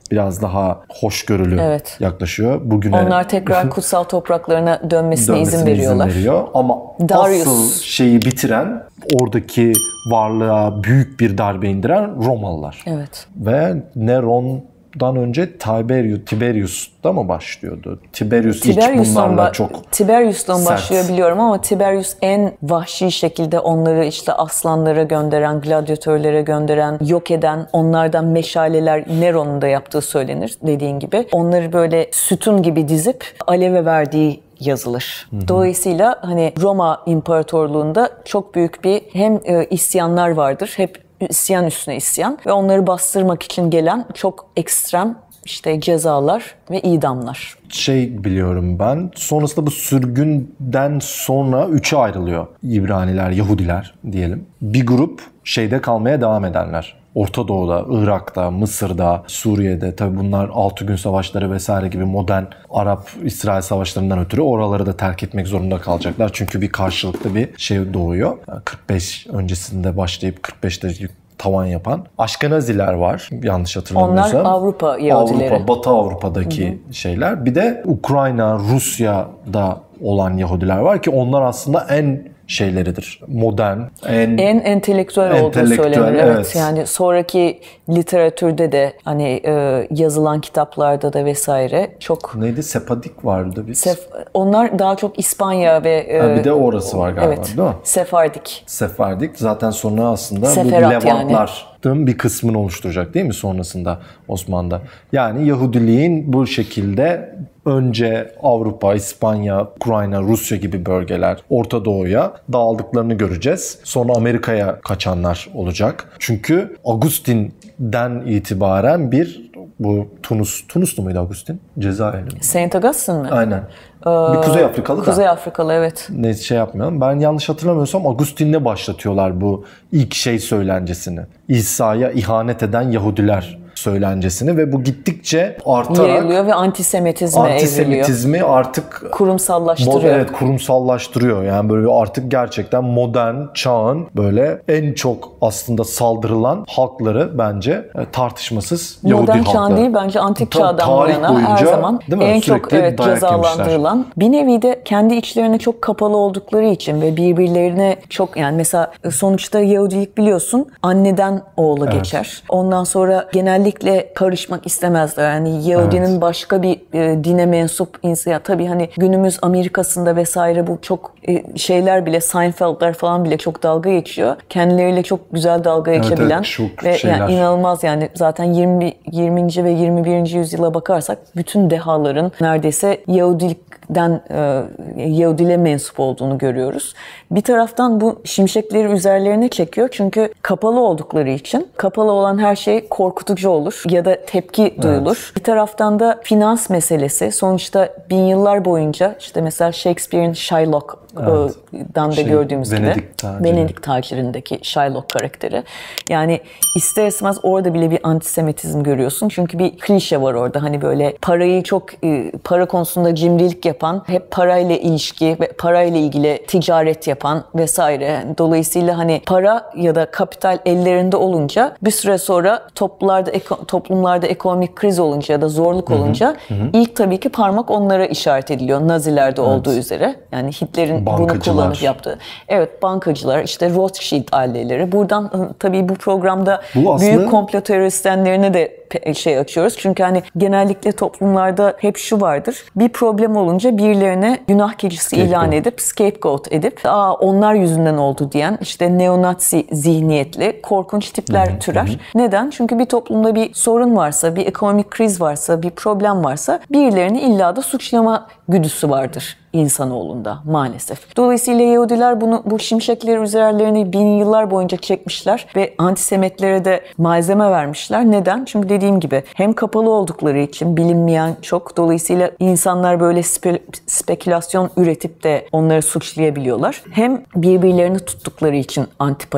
biraz daha hoşgörülü evet. yaklaşıyor. Bugüne onlar tekrar kutsal topraklarına dönmesine, dönmesine izin veriyorlar. Izin veriyor. Ama Darius. Asıl şeyi bitiren, oradaki varlığa büyük bir darbe indiren Romalılar. Evet. Ve Neron'dan önce Tiberius, Tiberius'ta mı başlıyordu? Tiberius Tiberius'tan ilk bunlarla ba- çok Tiberius'tan sert. başlıyor biliyorum ama Tiberius en vahşi şekilde onları işte aslanlara gönderen, gladyatörlere gönderen, yok eden, onlardan meşaleler, Neron'un da yaptığı söylenir dediğin gibi. Onları böyle sütun gibi dizip aleve verdiği yazılır. Hı hı. Dolayısıyla hani Roma İmparatorluğu'nda çok büyük bir hem e, isyanlar vardır, hep isyan üstüne isyan ve onları bastırmak için gelen çok ekstrem işte cezalar ve idamlar. Şey biliyorum ben, sonrasında bu sürgünden sonra üçe ayrılıyor İbraniler, Yahudiler diyelim. Bir grup şeyde kalmaya devam edenler. Orta Doğu'da, Irak'ta, Mısır'da, Suriye'de, tabii bunlar altı gün savaşları vesaire gibi modern Arap-İsrail savaşlarından ötürü oraları da terk etmek zorunda kalacaklar. Çünkü bir karşılıklı bir şey doğuyor. kırk beş öncesinde başlayıp kırk beşte tavan yapan Aşkenaziler var, yanlış hatırlamıyorsam. Onlar Avrupa Yahudileri. Avrupa, Batı Avrupa'daki hı hı. şeyler. Bir de Ukrayna, Rusya'da olan Yahudiler var ki onlar aslında en şeyleridir. Modern, en en entelektüel olduğu söylenir. Evet. evet. Yani sonraki literatürde de hani e, yazılan kitaplarda da vesaire çok. Neydi? Sepadik vardı bir. Sef, onlar daha çok İspanya ve e, ha, bir de orası var galiba, evet, değil mi? Sefardik. Sefardik. Zaten sonra aslında Seferat bu Levantlar yani bir kısmını oluşturacak değil mi sonrasında Osmanlı'da? Yani Yahudiliğin bu şekilde önce Avrupa, İspanya, Ukrayna, Rusya gibi bölgeler Orta Doğu'ya dağıldıklarını göreceğiz. Sonra Amerika'ya kaçanlar olacak. Çünkü Agustin'den itibaren bir bu Tunus, Tunuslu muydu Agustin? Cezayirli mi? Saint Augustine mi? Aynen. Bir Kuzey Afrikalı da. Kuzey Afrikalı evet. Ne şey yapmayalım. Ben yanlış hatırlamıyorsam Agustin'le başlatıyorlar bu ilk şey söylencesini. İsa'ya ihanet eden Yahudiler söylencesini ve bu gittikçe artarak yayılıyor ve antisemitizme antisemitizmi evriliyor. artık kurumsallaştırıyor. Evet, kurumsallaştırıyor. Yani böyle artık gerçekten modern çağın böyle en çok aslında saldırılan halkları bence tartışmasız Yahudi modern halkları. Modern çağ değil bence antik Ta- çağdan bu yana boyunca, her zaman en Sürekli çok evet, cezalandırılan. Yemişler. Bir nevi de kendi içlerine çok kapalı oldukları için ve birbirlerine çok yani mesela sonuçta Yahudilik biliyorsun anneden oğula evet. geçer. Ondan sonra genellikle karışmak istemezler. Yani Yahudinin evet. başka bir e, dine mensup insan. Tabii hani günümüz Amerika'sında vesaire bu çok e, şeyler bile Seinfeld'ler falan bile çok dalga geçiyor. Kendileriyle çok güzel dalga evet, geçebilen evet, ve yani inanılmaz yani zaten yirmi yirminci ve yirmi birinci yüzyıla bakarsak bütün dehaların neredeyse Yahudilikten e, Yahudiliğe mensup olduğunu görüyoruz. Bir taraftan bu şimşekleri üzerlerine çekiyor çünkü kapalı oldukları için kapalı olan her şey korkutucu olur ya da tepki duyulur. Evet. Bir taraftan da finans meselesi sonuçta bin yıllar boyunca işte mesela Shakespeare'in Shylock'dan evet. da şey, gördüğümüz Venedik gibi taciri. Venedik tacirindeki Shylock karakteri. Yani ister istemez orada bile bir antisemitizm görüyorsun. Çünkü bir klişe var orada. Hani böyle parayı çok para konusunda cimrilik yapan, hep parayla ilişki ve parayla ilgili ticaret yapan vesaire. Dolayısıyla hani para ya da kapital ellerinde olunca bir süre sonra toplumlarda toplumlarda ekonomik kriz olunca ya da zorluk olunca hı hı. ilk tabii ki parmak onlara işaret ediliyor. Nazilerde evet. olduğu üzere. Yani Hitler'in bunu kullanıp yaptığı. Evet, bankacılar, işte Rothschild aileleri. Buradan tabii bu programda bu aslında... büyük komplo teoristlerine de şey açıyoruz. Çünkü hani genellikle toplumlarda hep şu vardır. Bir problem olunca birilerine günah keçisi ilan edip, scapegoat edip, aa onlar yüzünden oldu diyen işte neonazi zihniyetli korkunç tipler hı hı, türer. Hı. Neden? Çünkü bir toplumda bir sorun varsa, bir ekonomik kriz varsa, bir problem varsa birilerini illa da suçlama güdüsü vardır insanoğlunda maalesef. Dolayısıyla Yahudiler bunu bu şimşekleri üzerlerine bin yıllar boyunca çekmişler ve antisemitlere de malzeme vermişler. Neden? Çünkü dediğim gibi hem kapalı oldukları için bilinmeyen çok. Dolayısıyla insanlar böyle spe, spekülasyon üretip de onları suçlayabiliyorlar. Hem birbirlerini tuttukları için antipati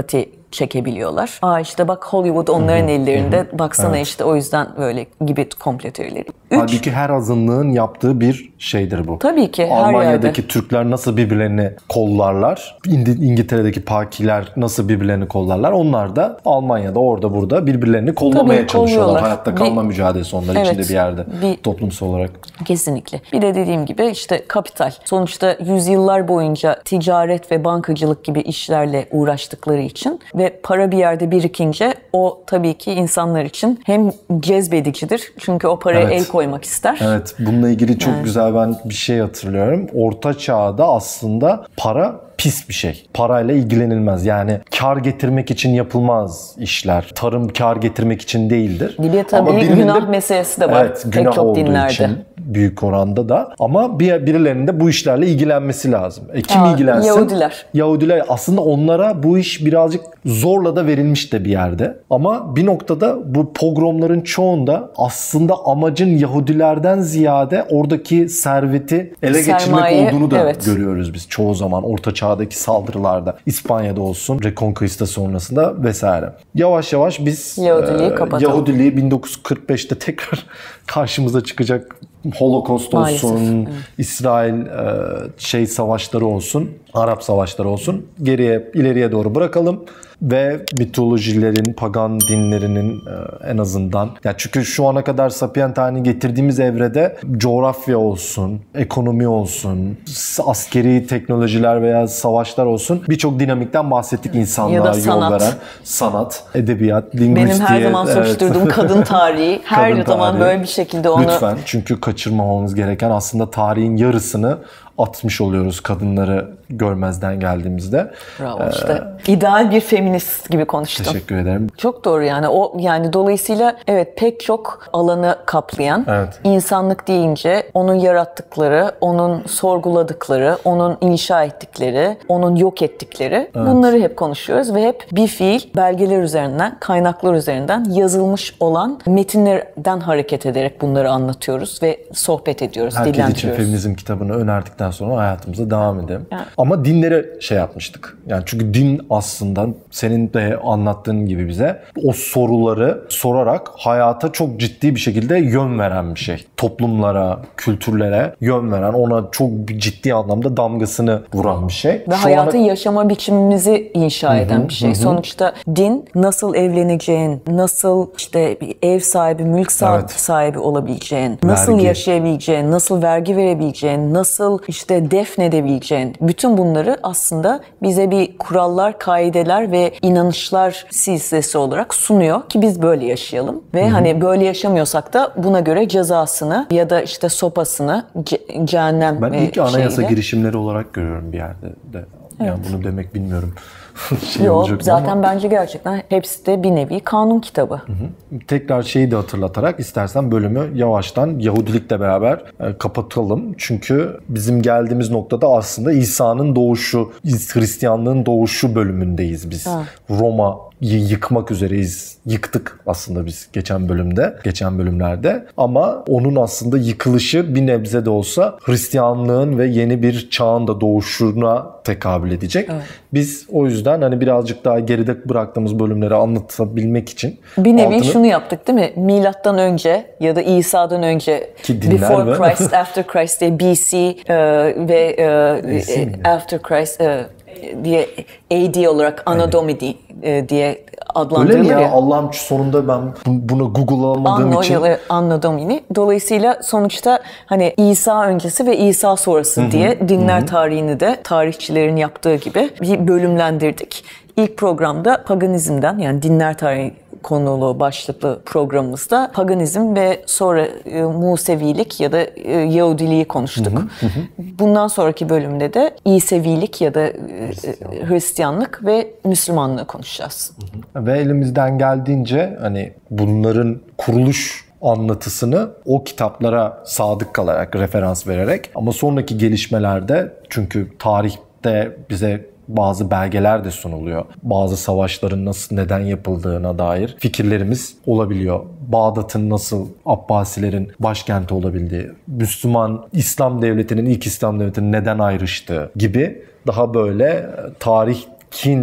çekebiliyorlar. Aa işte bak Hollywood onların ellerinde. Baksana Evet. işte o yüzden böyle gibi komplo teorileri. Üç, Halbuki her azınlığın yaptığı bir şeydir bu. Tabii ki, her Almanya'daki yerde. Türkler nasıl birbirlerini kollarlar, İndi- İngiltere'deki Pakiler nasıl birbirlerini kollarlar, onlar da Almanya'da orada burada birbirlerini kollamaya Tabii, çalışıyorlar. kolluyorlar. Hayatta kalma Bir- mücadelesi onlar Evet, içinde bir yerde bir- toplumsal olarak. Kesinlikle. Bir de dediğim gibi işte kapital. Sonuçta yüzyıllar boyunca ticaret ve bankacılık gibi işlerle uğraştıkları için ve para bir yerde birikince o tabii ki insanlar için hem cezbedicidir. Çünkü o paraya Evet. el koymak ister. Evet, bununla ilgili çok güzel ben bir şey hatırlıyorum. Orta Çağ'da aslında para pis bir şey. Parayla ilgilenilmez. Yani kar getirmek için yapılmaz işler. Tarım kar getirmek için değildir. Bir de tabii Ama birinin günah de- meselesi de var. Evet, Pek günah çok olduğu dinlerde. için büyük oranda da. Ama bir birilerinin de bu işlerle ilgilenmesi lazım. E kim Aa, ilgilensin? Yahudiler. Yahudiler. Aslında onlara bu iş birazcık zorla da verilmiş de bir yerde. Ama bir noktada bu pogromların çoğunda aslında amacın Yahudilerden ziyade oradaki serveti ele Sermaye, geçirmek olduğunu da evet. görüyoruz biz çoğu zaman Orta Çağ'daki saldırılarda. İspanya'da olsun, Reconquista sonrasında vesaire. Yavaş yavaş biz Yahudiliği e, kapatalım. Yahudiliği bin dokuz yüz kırk beşte tekrar karşımıza çıkacak. Holocaust Maalesef, olsun, evet. İsrail e, şey savaşları olsun, Arap savaşları olsun. Geriye, ileriye doğru bırakalım ve mitolojilerin, pagan dinlerinin e, en azından. Ya çünkü şu ana kadar Sapientia'nın getirdiğimiz evrede coğrafya olsun, ekonomi olsun, askeri teknolojiler veya savaşlar olsun birçok dinamikten bahsettik insanlığa Ya da yol sanat. veren. Sanat, edebiyat, lingüistiğe. Benim her zaman evet. soruşturduğum kadın tarihi. Her Kadın zaman tarihi. böyle bir şekilde onu... Lütfen, çünkü kaçırmamamız gereken aslında tarihin yarısını atmış oluyoruz kadınları görmezden geldiğimizde. Bravo işte. İdeal bir feminist gibi konuştum. Teşekkür ederim. Çok doğru yani. O yani dolayısıyla evet pek çok alanı kaplayan, Evet. insanlık deyince onun yarattıkları, onun sorguladıkları, onun inşa ettikleri, onun yok ettikleri bunları hep konuşuyoruz ve hep bir fiil belgeler üzerinden, kaynaklar üzerinden yazılmış olan metinlerden hareket ederek bunları anlatıyoruz ve sohbet ediyoruz, Herkes için dillendiriyoruz. feminizm kitabını önerdikten sonra hayatımıza devam edelim. Yani. Ama dinlere şey yapmıştık. Yani çünkü din aslında senin de anlattığın gibi bize o soruları sorarak hayata çok ciddi bir şekilde yön veren bir şey. Toplumlara, kültürlere yön veren, ona çok ciddi anlamda damgasını vuran bir şey. Ve Şu hayatı ana- yaşama biçimimizi inşa eden bir şey. Sonuçta din nasıl evleneceğin, nasıl işte bir ev sahibi, mülk sahibi, Evet. sahibi olabileceğin, nasıl Vergi. yaşayabileceğin, nasıl vergi verebileceğin, nasıl işte defnedebileceğin, bütün bunları aslında bize bir kurallar, kaideler ve inanışlar silsilesi olarak sunuyor ki biz böyle yaşayalım. Ve hani böyle yaşamıyorsak da buna göre cezasını ya da işte sopasını, ce- cehennem Ben e, ilk anayasa şeyiyle- girişimleri olarak görüyorum bir yerde de. Yani bunu demek bilmiyorum. şey Yok olacak mı zaten ama bence gerçekten hepsi de bir nevi kanun kitabı. tekrar şeyi de hatırlatarak istersen bölümü yavaştan Yahudilikle beraber e, kapatalım. Çünkü bizim geldiğimiz noktada aslında İsa'nın doğuşu, Hristiyanlığın doğuşu bölümündeyiz biz. Ha. Roma'yı yıkmak üzereyiz. Yıktık aslında biz geçen bölümde, geçen bölümlerde. Ama onun aslında yıkılışı bir nebze de olsa Hristiyanlığın ve yeni bir çağın da doğuşuna tekabül edecek. Evet. Biz o yüzden hani birazcık daha geride bıraktığımız bölümleri anlatabilmek için Bir nevi altını- şunu yaptık değil mi? Milattan önce ya da İsa'dan önce Ki dinler Before ve- Christ, After Christ diye B C e, ve e, B C e, miydi? After Christ e, diye A D olarak Anno Domini e, diye Öyle mi adlandırılır ya? ya. Allah'ım sonunda ben bu- bunu Google'lamadığım Anno için. ya da Anno Domini. Dolayısıyla sonuçta hani İsa öncesi ve İsa sonrası diye dinler tarihini de tarihçilerin yaptığı gibi bir bölümlendirdik. İlk programda paganizmden yani dinler tarihi konulu başlıklı programımızda paganizm ve sonra e, Musevilik ya da e, Yahudiliği konuştuk. Bundan sonraki bölümde de İsevilik ya da e, e, Hristiyanlık ve Müslümanlığı konuşacağız. Ve elimizden geldiğince hani bunların kuruluş anlatısını o kitaplara sadık kalarak, referans vererek ama sonraki gelişmelerde çünkü tarihte bize bazı belgeler de sunuluyor. Bazı savaşların nasıl, neden yapıldığına dair fikirlerimiz olabiliyor. Bağdat'ın nasıl Abbasilerin başkenti olabildiği, Müslüman İslam devletinin, ilk İslam devletinin neden ayrıştığı gibi daha böyle tarihin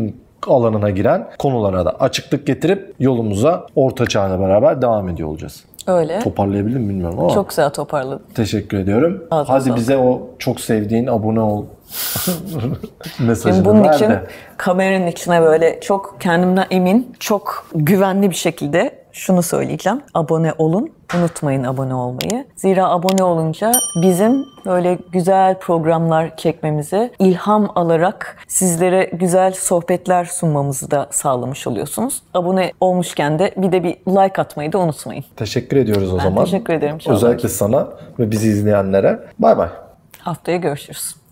alanına giren konulara da açıklık getirip yolumuza Orta Çağ'la beraber devam ediyor olacağız. Öyle. Toparlayabildim mi bilmiyorum ama. Çok güzel toparladın. Teşekkür ediyorum. Ağzına Hadi sağlık. bize o çok sevdiğin abone ol mesajını Şimdi bunun ver için de. kameranın içine böyle çok kendimden emin, çok güvenli bir şekilde şunu söyleyeceğim. Abone olun. Unutmayın abone olmayı. Zira abone olunca bizim böyle güzel programlar çekmemize ilham alarak sizlere güzel sohbetler sunmamızı da sağlamış oluyorsunuz. Abone olmuşken de bir de bir like atmayı da unutmayın. Teşekkür ediyoruz o Ben zaman. teşekkür ederim Çağlar. Özellikle sana ve bizi izleyenlere. Bay bay. Haftaya görüşürüz.